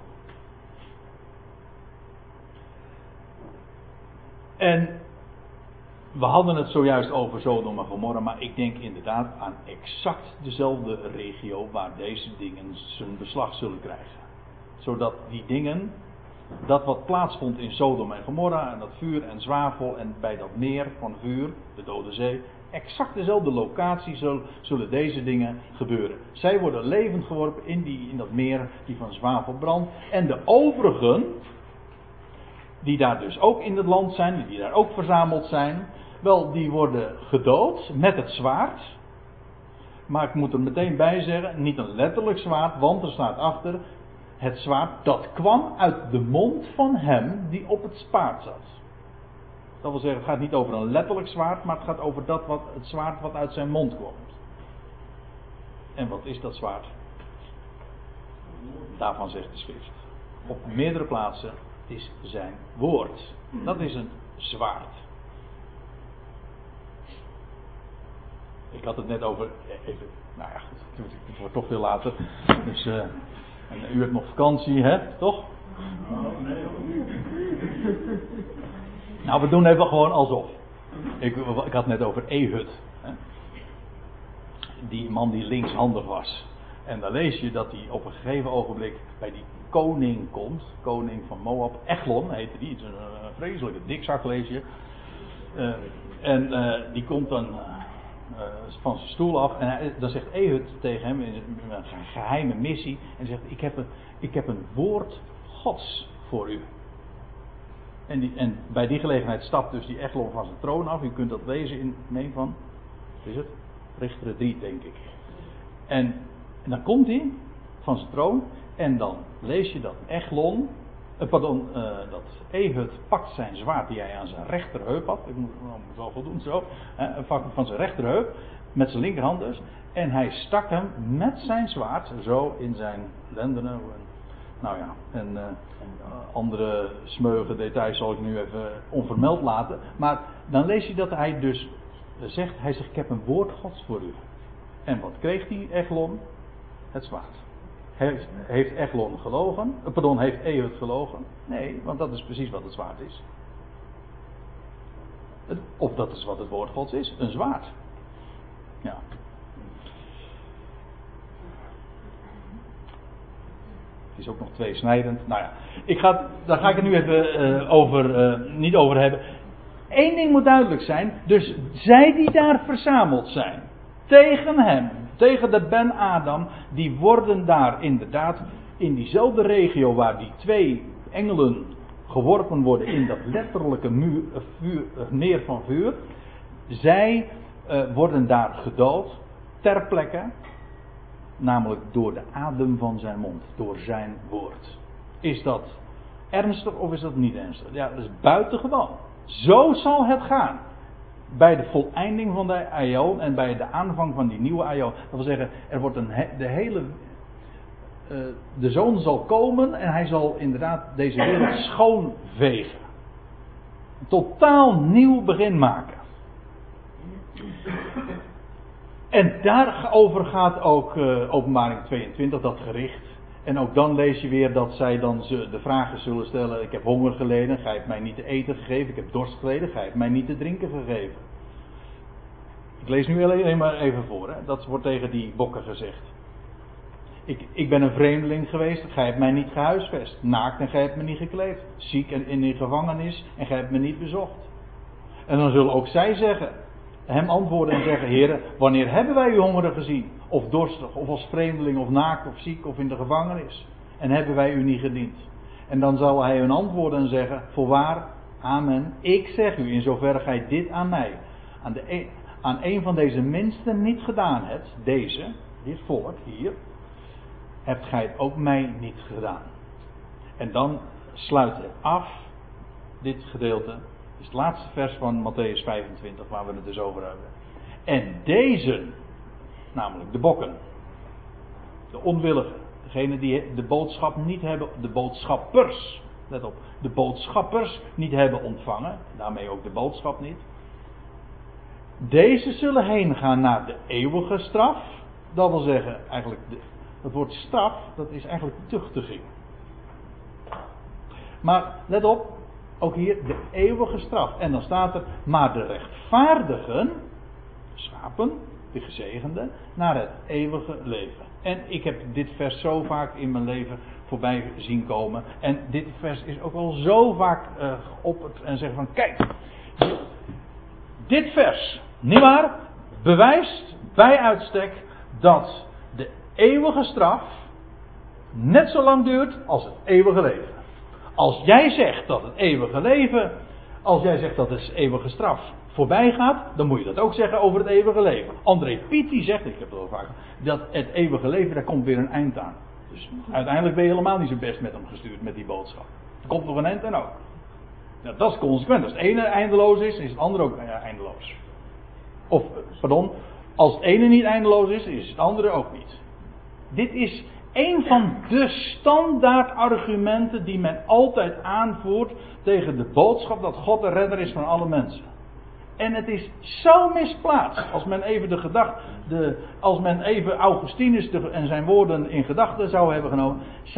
En we hadden het zojuist over Sodom en Gomorra, maar ik denk inderdaad aan exact dezelfde regio waar deze dingen zijn beslag zullen krijgen. Zodat die dingen, dat wat plaatsvond in Sodom en Gomorra en dat vuur en zwavel en bij dat meer van vuur, de Dode Zee, exact dezelfde locatie zullen deze dingen gebeuren. Zij worden levend geworpen in dat meer die van zwavel brandt. En de overigen, die daar dus ook in het land zijn, die daar ook verzameld zijn, wel, die worden gedood met het zwaard. Maar ik moet er meteen bij zeggen, niet een letterlijk zwaard, want er staat achter, het zwaard dat kwam uit de mond van hem die op het paard zat. Dat wil zeggen, het gaat niet over een letterlijk zwaard, maar het gaat over het zwaard wat uit zijn mond komt. En wat is dat zwaard? Daarvan zegt de schrift. Op meerdere plaatsen is zijn woord. Dat is een zwaard. Ik had het net over, nou ja goed, het wordt toch veel later. Dus u hebt nog vakantie, hè, toch? Nou, we doen even gewoon alsof. Ik had het net over Ehud. Hè? Die man die linkshandig was. En dan lees je dat hij op een gegeven ogenblik bij die koning komt. Koning van Moab. Eglon heette die. Het is een vreselijke dikzak, lees je. Die komt dan van zijn stoel af. En dan zegt Ehud tegen hem in een geheime missie. En zegt, ik heb een woord Gods voor u. En bij die gelegenheid stapt dus die Eglon van zijn troon af. U kunt dat lezen in wat is het? Richteren 3, denk ik. En dan komt hij van zijn troon. En dan lees je dat dat Ehud pakt zijn zwaard die hij aan zijn rechterheup had. Ik moet wel voldoen zo. Van zijn rechterheup. Met zijn linkerhand dus. En hij stak hem met zijn zwaard zo in zijn lendenen. Nou ja, en andere smeuïge details zal ik nu even onvermeld laten. Maar dan lees je dat hij dus zegt, ik heb een woord Gods voor u. En wat kreeg die Eglon? Het zwaard. Heeft Eglon gelogen? Heeft Ehud gelogen? Nee, want dat is precies wat het zwaard is. Of dat is wat het woord Gods is, een zwaard. Ja. Het is ook nog tweesnijdend. Nou ja, daar ga ik het nu even niet over hebben. Eén ding moet duidelijk zijn. Dus zij die daar verzameld zijn. Tegen hem. Tegen de Ben Adam. Die worden daar inderdaad. In diezelfde regio waar die twee engelen geworpen worden. In dat letterlijke meer van vuur. Zij worden daar gedood. Ter plekke. Namelijk door de adem van zijn mond. Door zijn woord. Is dat ernstig of is dat niet ernstig? Ja, dat is buitengewoon. Zo zal het gaan. Bij de voleinding van de aion en bij de aanvang van die nieuwe aion. Dat wil zeggen, er wordt de zoon zal komen en hij zal inderdaad deze wereld schoonvegen. Een totaal nieuw begin maken. En daarover gaat ook Openbaring 22, dat gericht. En ook dan lees je weer dat zij dan de vragen zullen stellen. Ik heb honger geleden, gij hebt mij niet te eten gegeven. Ik heb dorst geleden, gij hebt mij niet te drinken gegeven. Ik lees nu alleen maar even voor. Hè. Dat wordt tegen die bokken gezegd. Ik ben een vreemdeling geweest, gij hebt mij niet gehuisvest. Naakt en gij hebt me niet gekleed. Ziek en in de gevangenis en gij hebt me niet bezocht. En dan zullen ook zij zeggen, hem antwoorden en zeggen, Heere, wanneer hebben wij u hongerig gezien? Of dorstig, of als vreemdeling, of naakt, of ziek, of in de gevangenis? En hebben wij u niet gediend? En dan zal hij hun antwoorden en zeggen, voorwaar, amen, ik zeg u, in zoverre gij dit aan mij, aan een van deze minsten niet gedaan hebt, dit volk hier, hebt gij het ook mij niet gedaan. En dan sluit het af, dit gedeelte, is het laatste vers van Mattheüs 25, waar we het dus over hebben. En deze, namelijk de bokken, de onwilligen, degenen die de boodschap niet hebben, de boodschappers, let op, de boodschappers niet hebben ontvangen, daarmee ook de boodschap niet. Deze zullen heen gaan naar de eeuwige straf, dat wil zeggen, eigenlijk, het woord straf, dat is eigenlijk tuchtiging. Maar let op, ook hier de eeuwige straf. En dan staat er, maar de rechtvaardigen, schapen, de gezegenden, naar het eeuwige leven. En ik heb dit vers zo vaak in mijn leven voorbij zien komen. En dit vers is ook al zo vaak en zeggen van, kijk, dit vers, nietwaar, bewijst bij uitstek dat de eeuwige straf net zo lang duurt als het eeuwige leven. Als jij zegt dat het eeuwige leven, als jij zegt dat de eeuwige straf voorbij gaat, dan moet je dat ook zeggen over het eeuwige leven. André Pitti zegt, ik heb het al vaak, dat het eeuwige leven, daar komt weer een eind aan. Dus uiteindelijk ben je helemaal niet zo best met hem gestuurd met die boodschap. Er komt nog een eind en ook. Nou, dat is consequent. Als het ene eindeloos is het andere ook eindeloos. Of, pardon, als het ene niet eindeloos is het andere ook niet. Dit is een van de standaard argumenten die men altijd aanvoert tegen de boodschap dat God de redder is van alle mensen. En het is zo misplaatst. Als men even Augustinus en zijn woorden in gedachten zou hebben genomen,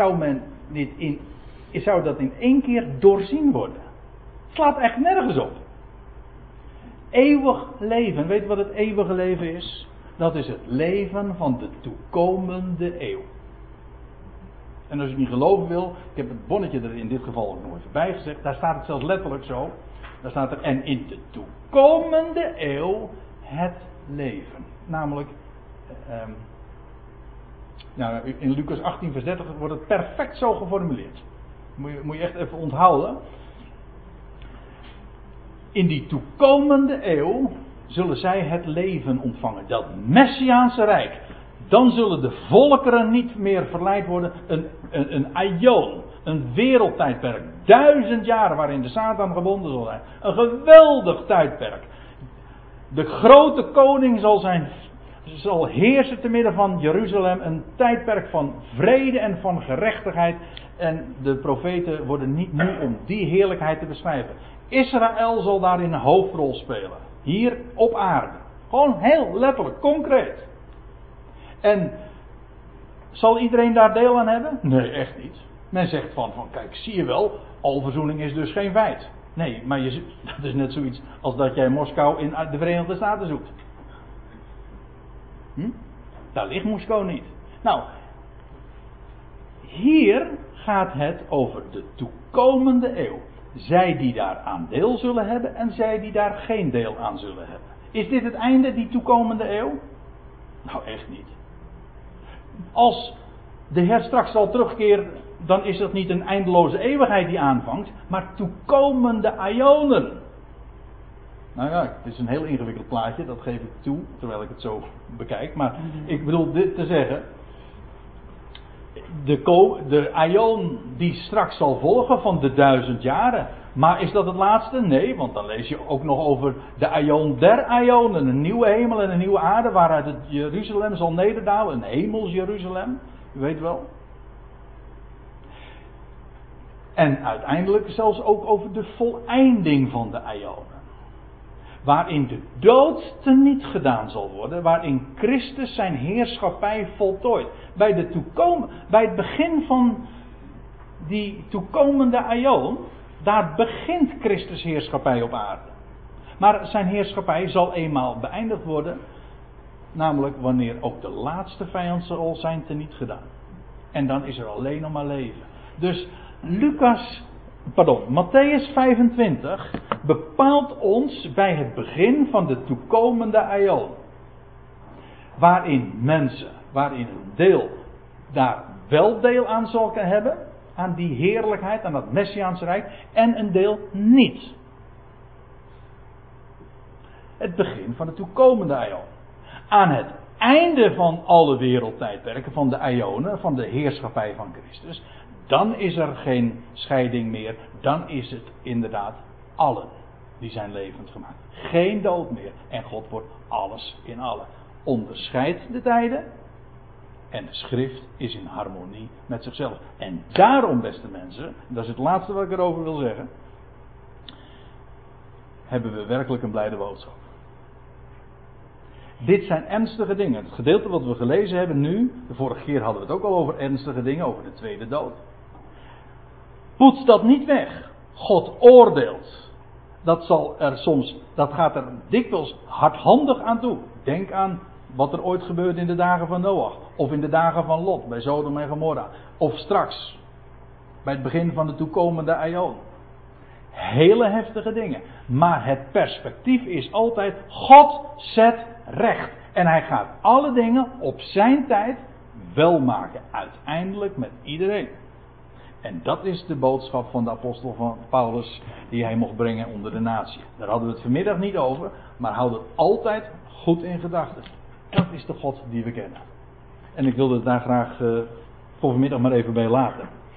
zou dat in één keer doorzien worden. Het slaat echt nergens op. Eeuwig leven. Weet je wat het eeuwige leven is? Dat is het leven van de toekomende eeuw. En als je niet geloven wil, ik heb het bonnetje er in dit geval ook nog even bij gezegd, daar staat het zelfs letterlijk zo. Daar staat er, en in de toekomende eeuw het leven. Namelijk, in Lucas 18 vers 30 wordt het perfect zo geformuleerd. Moet je echt even onthouden. In die toekomende eeuw zullen zij het leven ontvangen. Dat Messiaanse Rijk. Dan zullen de volkeren niet meer verleid worden. Een aion. Een wereldtijdperk. 1000 jaar waarin de Satan gebonden zal zijn. Een geweldig tijdperk. De grote koning zal heersen te midden van Jeruzalem. Een tijdperk van vrede en van gerechtigheid. En de profeten worden niet moe om die heerlijkheid te beschrijven. Israël zal daarin een hoofdrol spelen. Hier op aarde. Gewoon heel letterlijk, concreet. En zal iedereen daar deel aan hebben? Nee, echt niet. Men zegt van kijk, zie je wel, alverzoening is dus geen feit. Nee, maar dat is net zoiets als dat jij Moskou in de Verenigde Staten zoekt. Daar ligt Moskou niet. Nou, hier gaat het over de toekomende eeuw. Zij die daar aan deel zullen hebben en zij die daar geen deel aan zullen hebben. Is dit het einde, die toekomende eeuw? Nou, echt niet. Als de Heer straks zal terugkeren, dan is dat niet een eindeloze eeuwigheid die aanvangt, maar toekomende aionen. Nou ja, het is een heel ingewikkeld plaatje, dat geef ik toe, terwijl ik het zo bekijk. Maar ik bedoel dit te zeggen. De aion die straks zal volgen van de 1000 jaren, Maar is dat het laatste? Nee, want dan lees je ook nog over de aion der aionen. Een nieuwe hemel en een nieuwe aarde waaruit het Jeruzalem zal nederdalen. Een hemels Jeruzalem. U weet wel. En uiteindelijk zelfs ook over de voleinding van de aionen. Waarin de dood teniet gedaan zal worden. Waarin Christus zijn heerschappij voltooit. Bij het begin van die toekomende aion. Daar begint Christus heerschappij op aarde. Maar zijn heerschappij zal eenmaal beëindigd worden. Namelijk wanneer ook de laatste vijand zal zijn teniet gedaan. En dan is er alleen nog maar leven. Dus Mattheüs 25 bepaalt ons bij het begin van de toekomende aion. Waarin een deel daar wel deel aan zal hebben. Aan die heerlijkheid, aan dat Messiaanse Rijk. En een deel niet. Het begin van de toekomende aion. Aan het einde van alle wereldtijdperken, van de aionen, van de heerschappij van Christus. Dan is er geen scheiding meer. Dan is het inderdaad allen die zijn levend gemaakt. Geen dood meer. En God wordt alles in allen. Onderscheidt de tijden. En de schrift is in harmonie met zichzelf. En daarom, beste mensen, dat is het laatste wat ik erover wil zeggen, hebben we werkelijk een blijde boodschap. Dit zijn ernstige dingen. Het gedeelte wat we gelezen hebben nu, de vorige keer hadden we het ook al over ernstige dingen, over de tweede dood. Poets dat niet weg. God oordeelt. Dat gaat er dikwijls hardhandig aan toe. Denk aan wat er ooit gebeurde in de dagen van Noach. Of in de dagen van Lot, bij Sodom en Gomorra. Of straks, bij het begin van de toekomende aion. Hele heftige dingen. Maar het perspectief is altijd, God zet recht. En hij gaat alle dingen op zijn tijd wel maken. Uiteindelijk met iedereen. En dat is de boodschap van de apostel van Paulus die hij mocht brengen onder de natie. Daar hadden we het vanmiddag niet over, maar houd het altijd goed in gedachten. Dat is de God die we kennen. En ik wilde het daar graag voor vanmiddag maar even bij laten.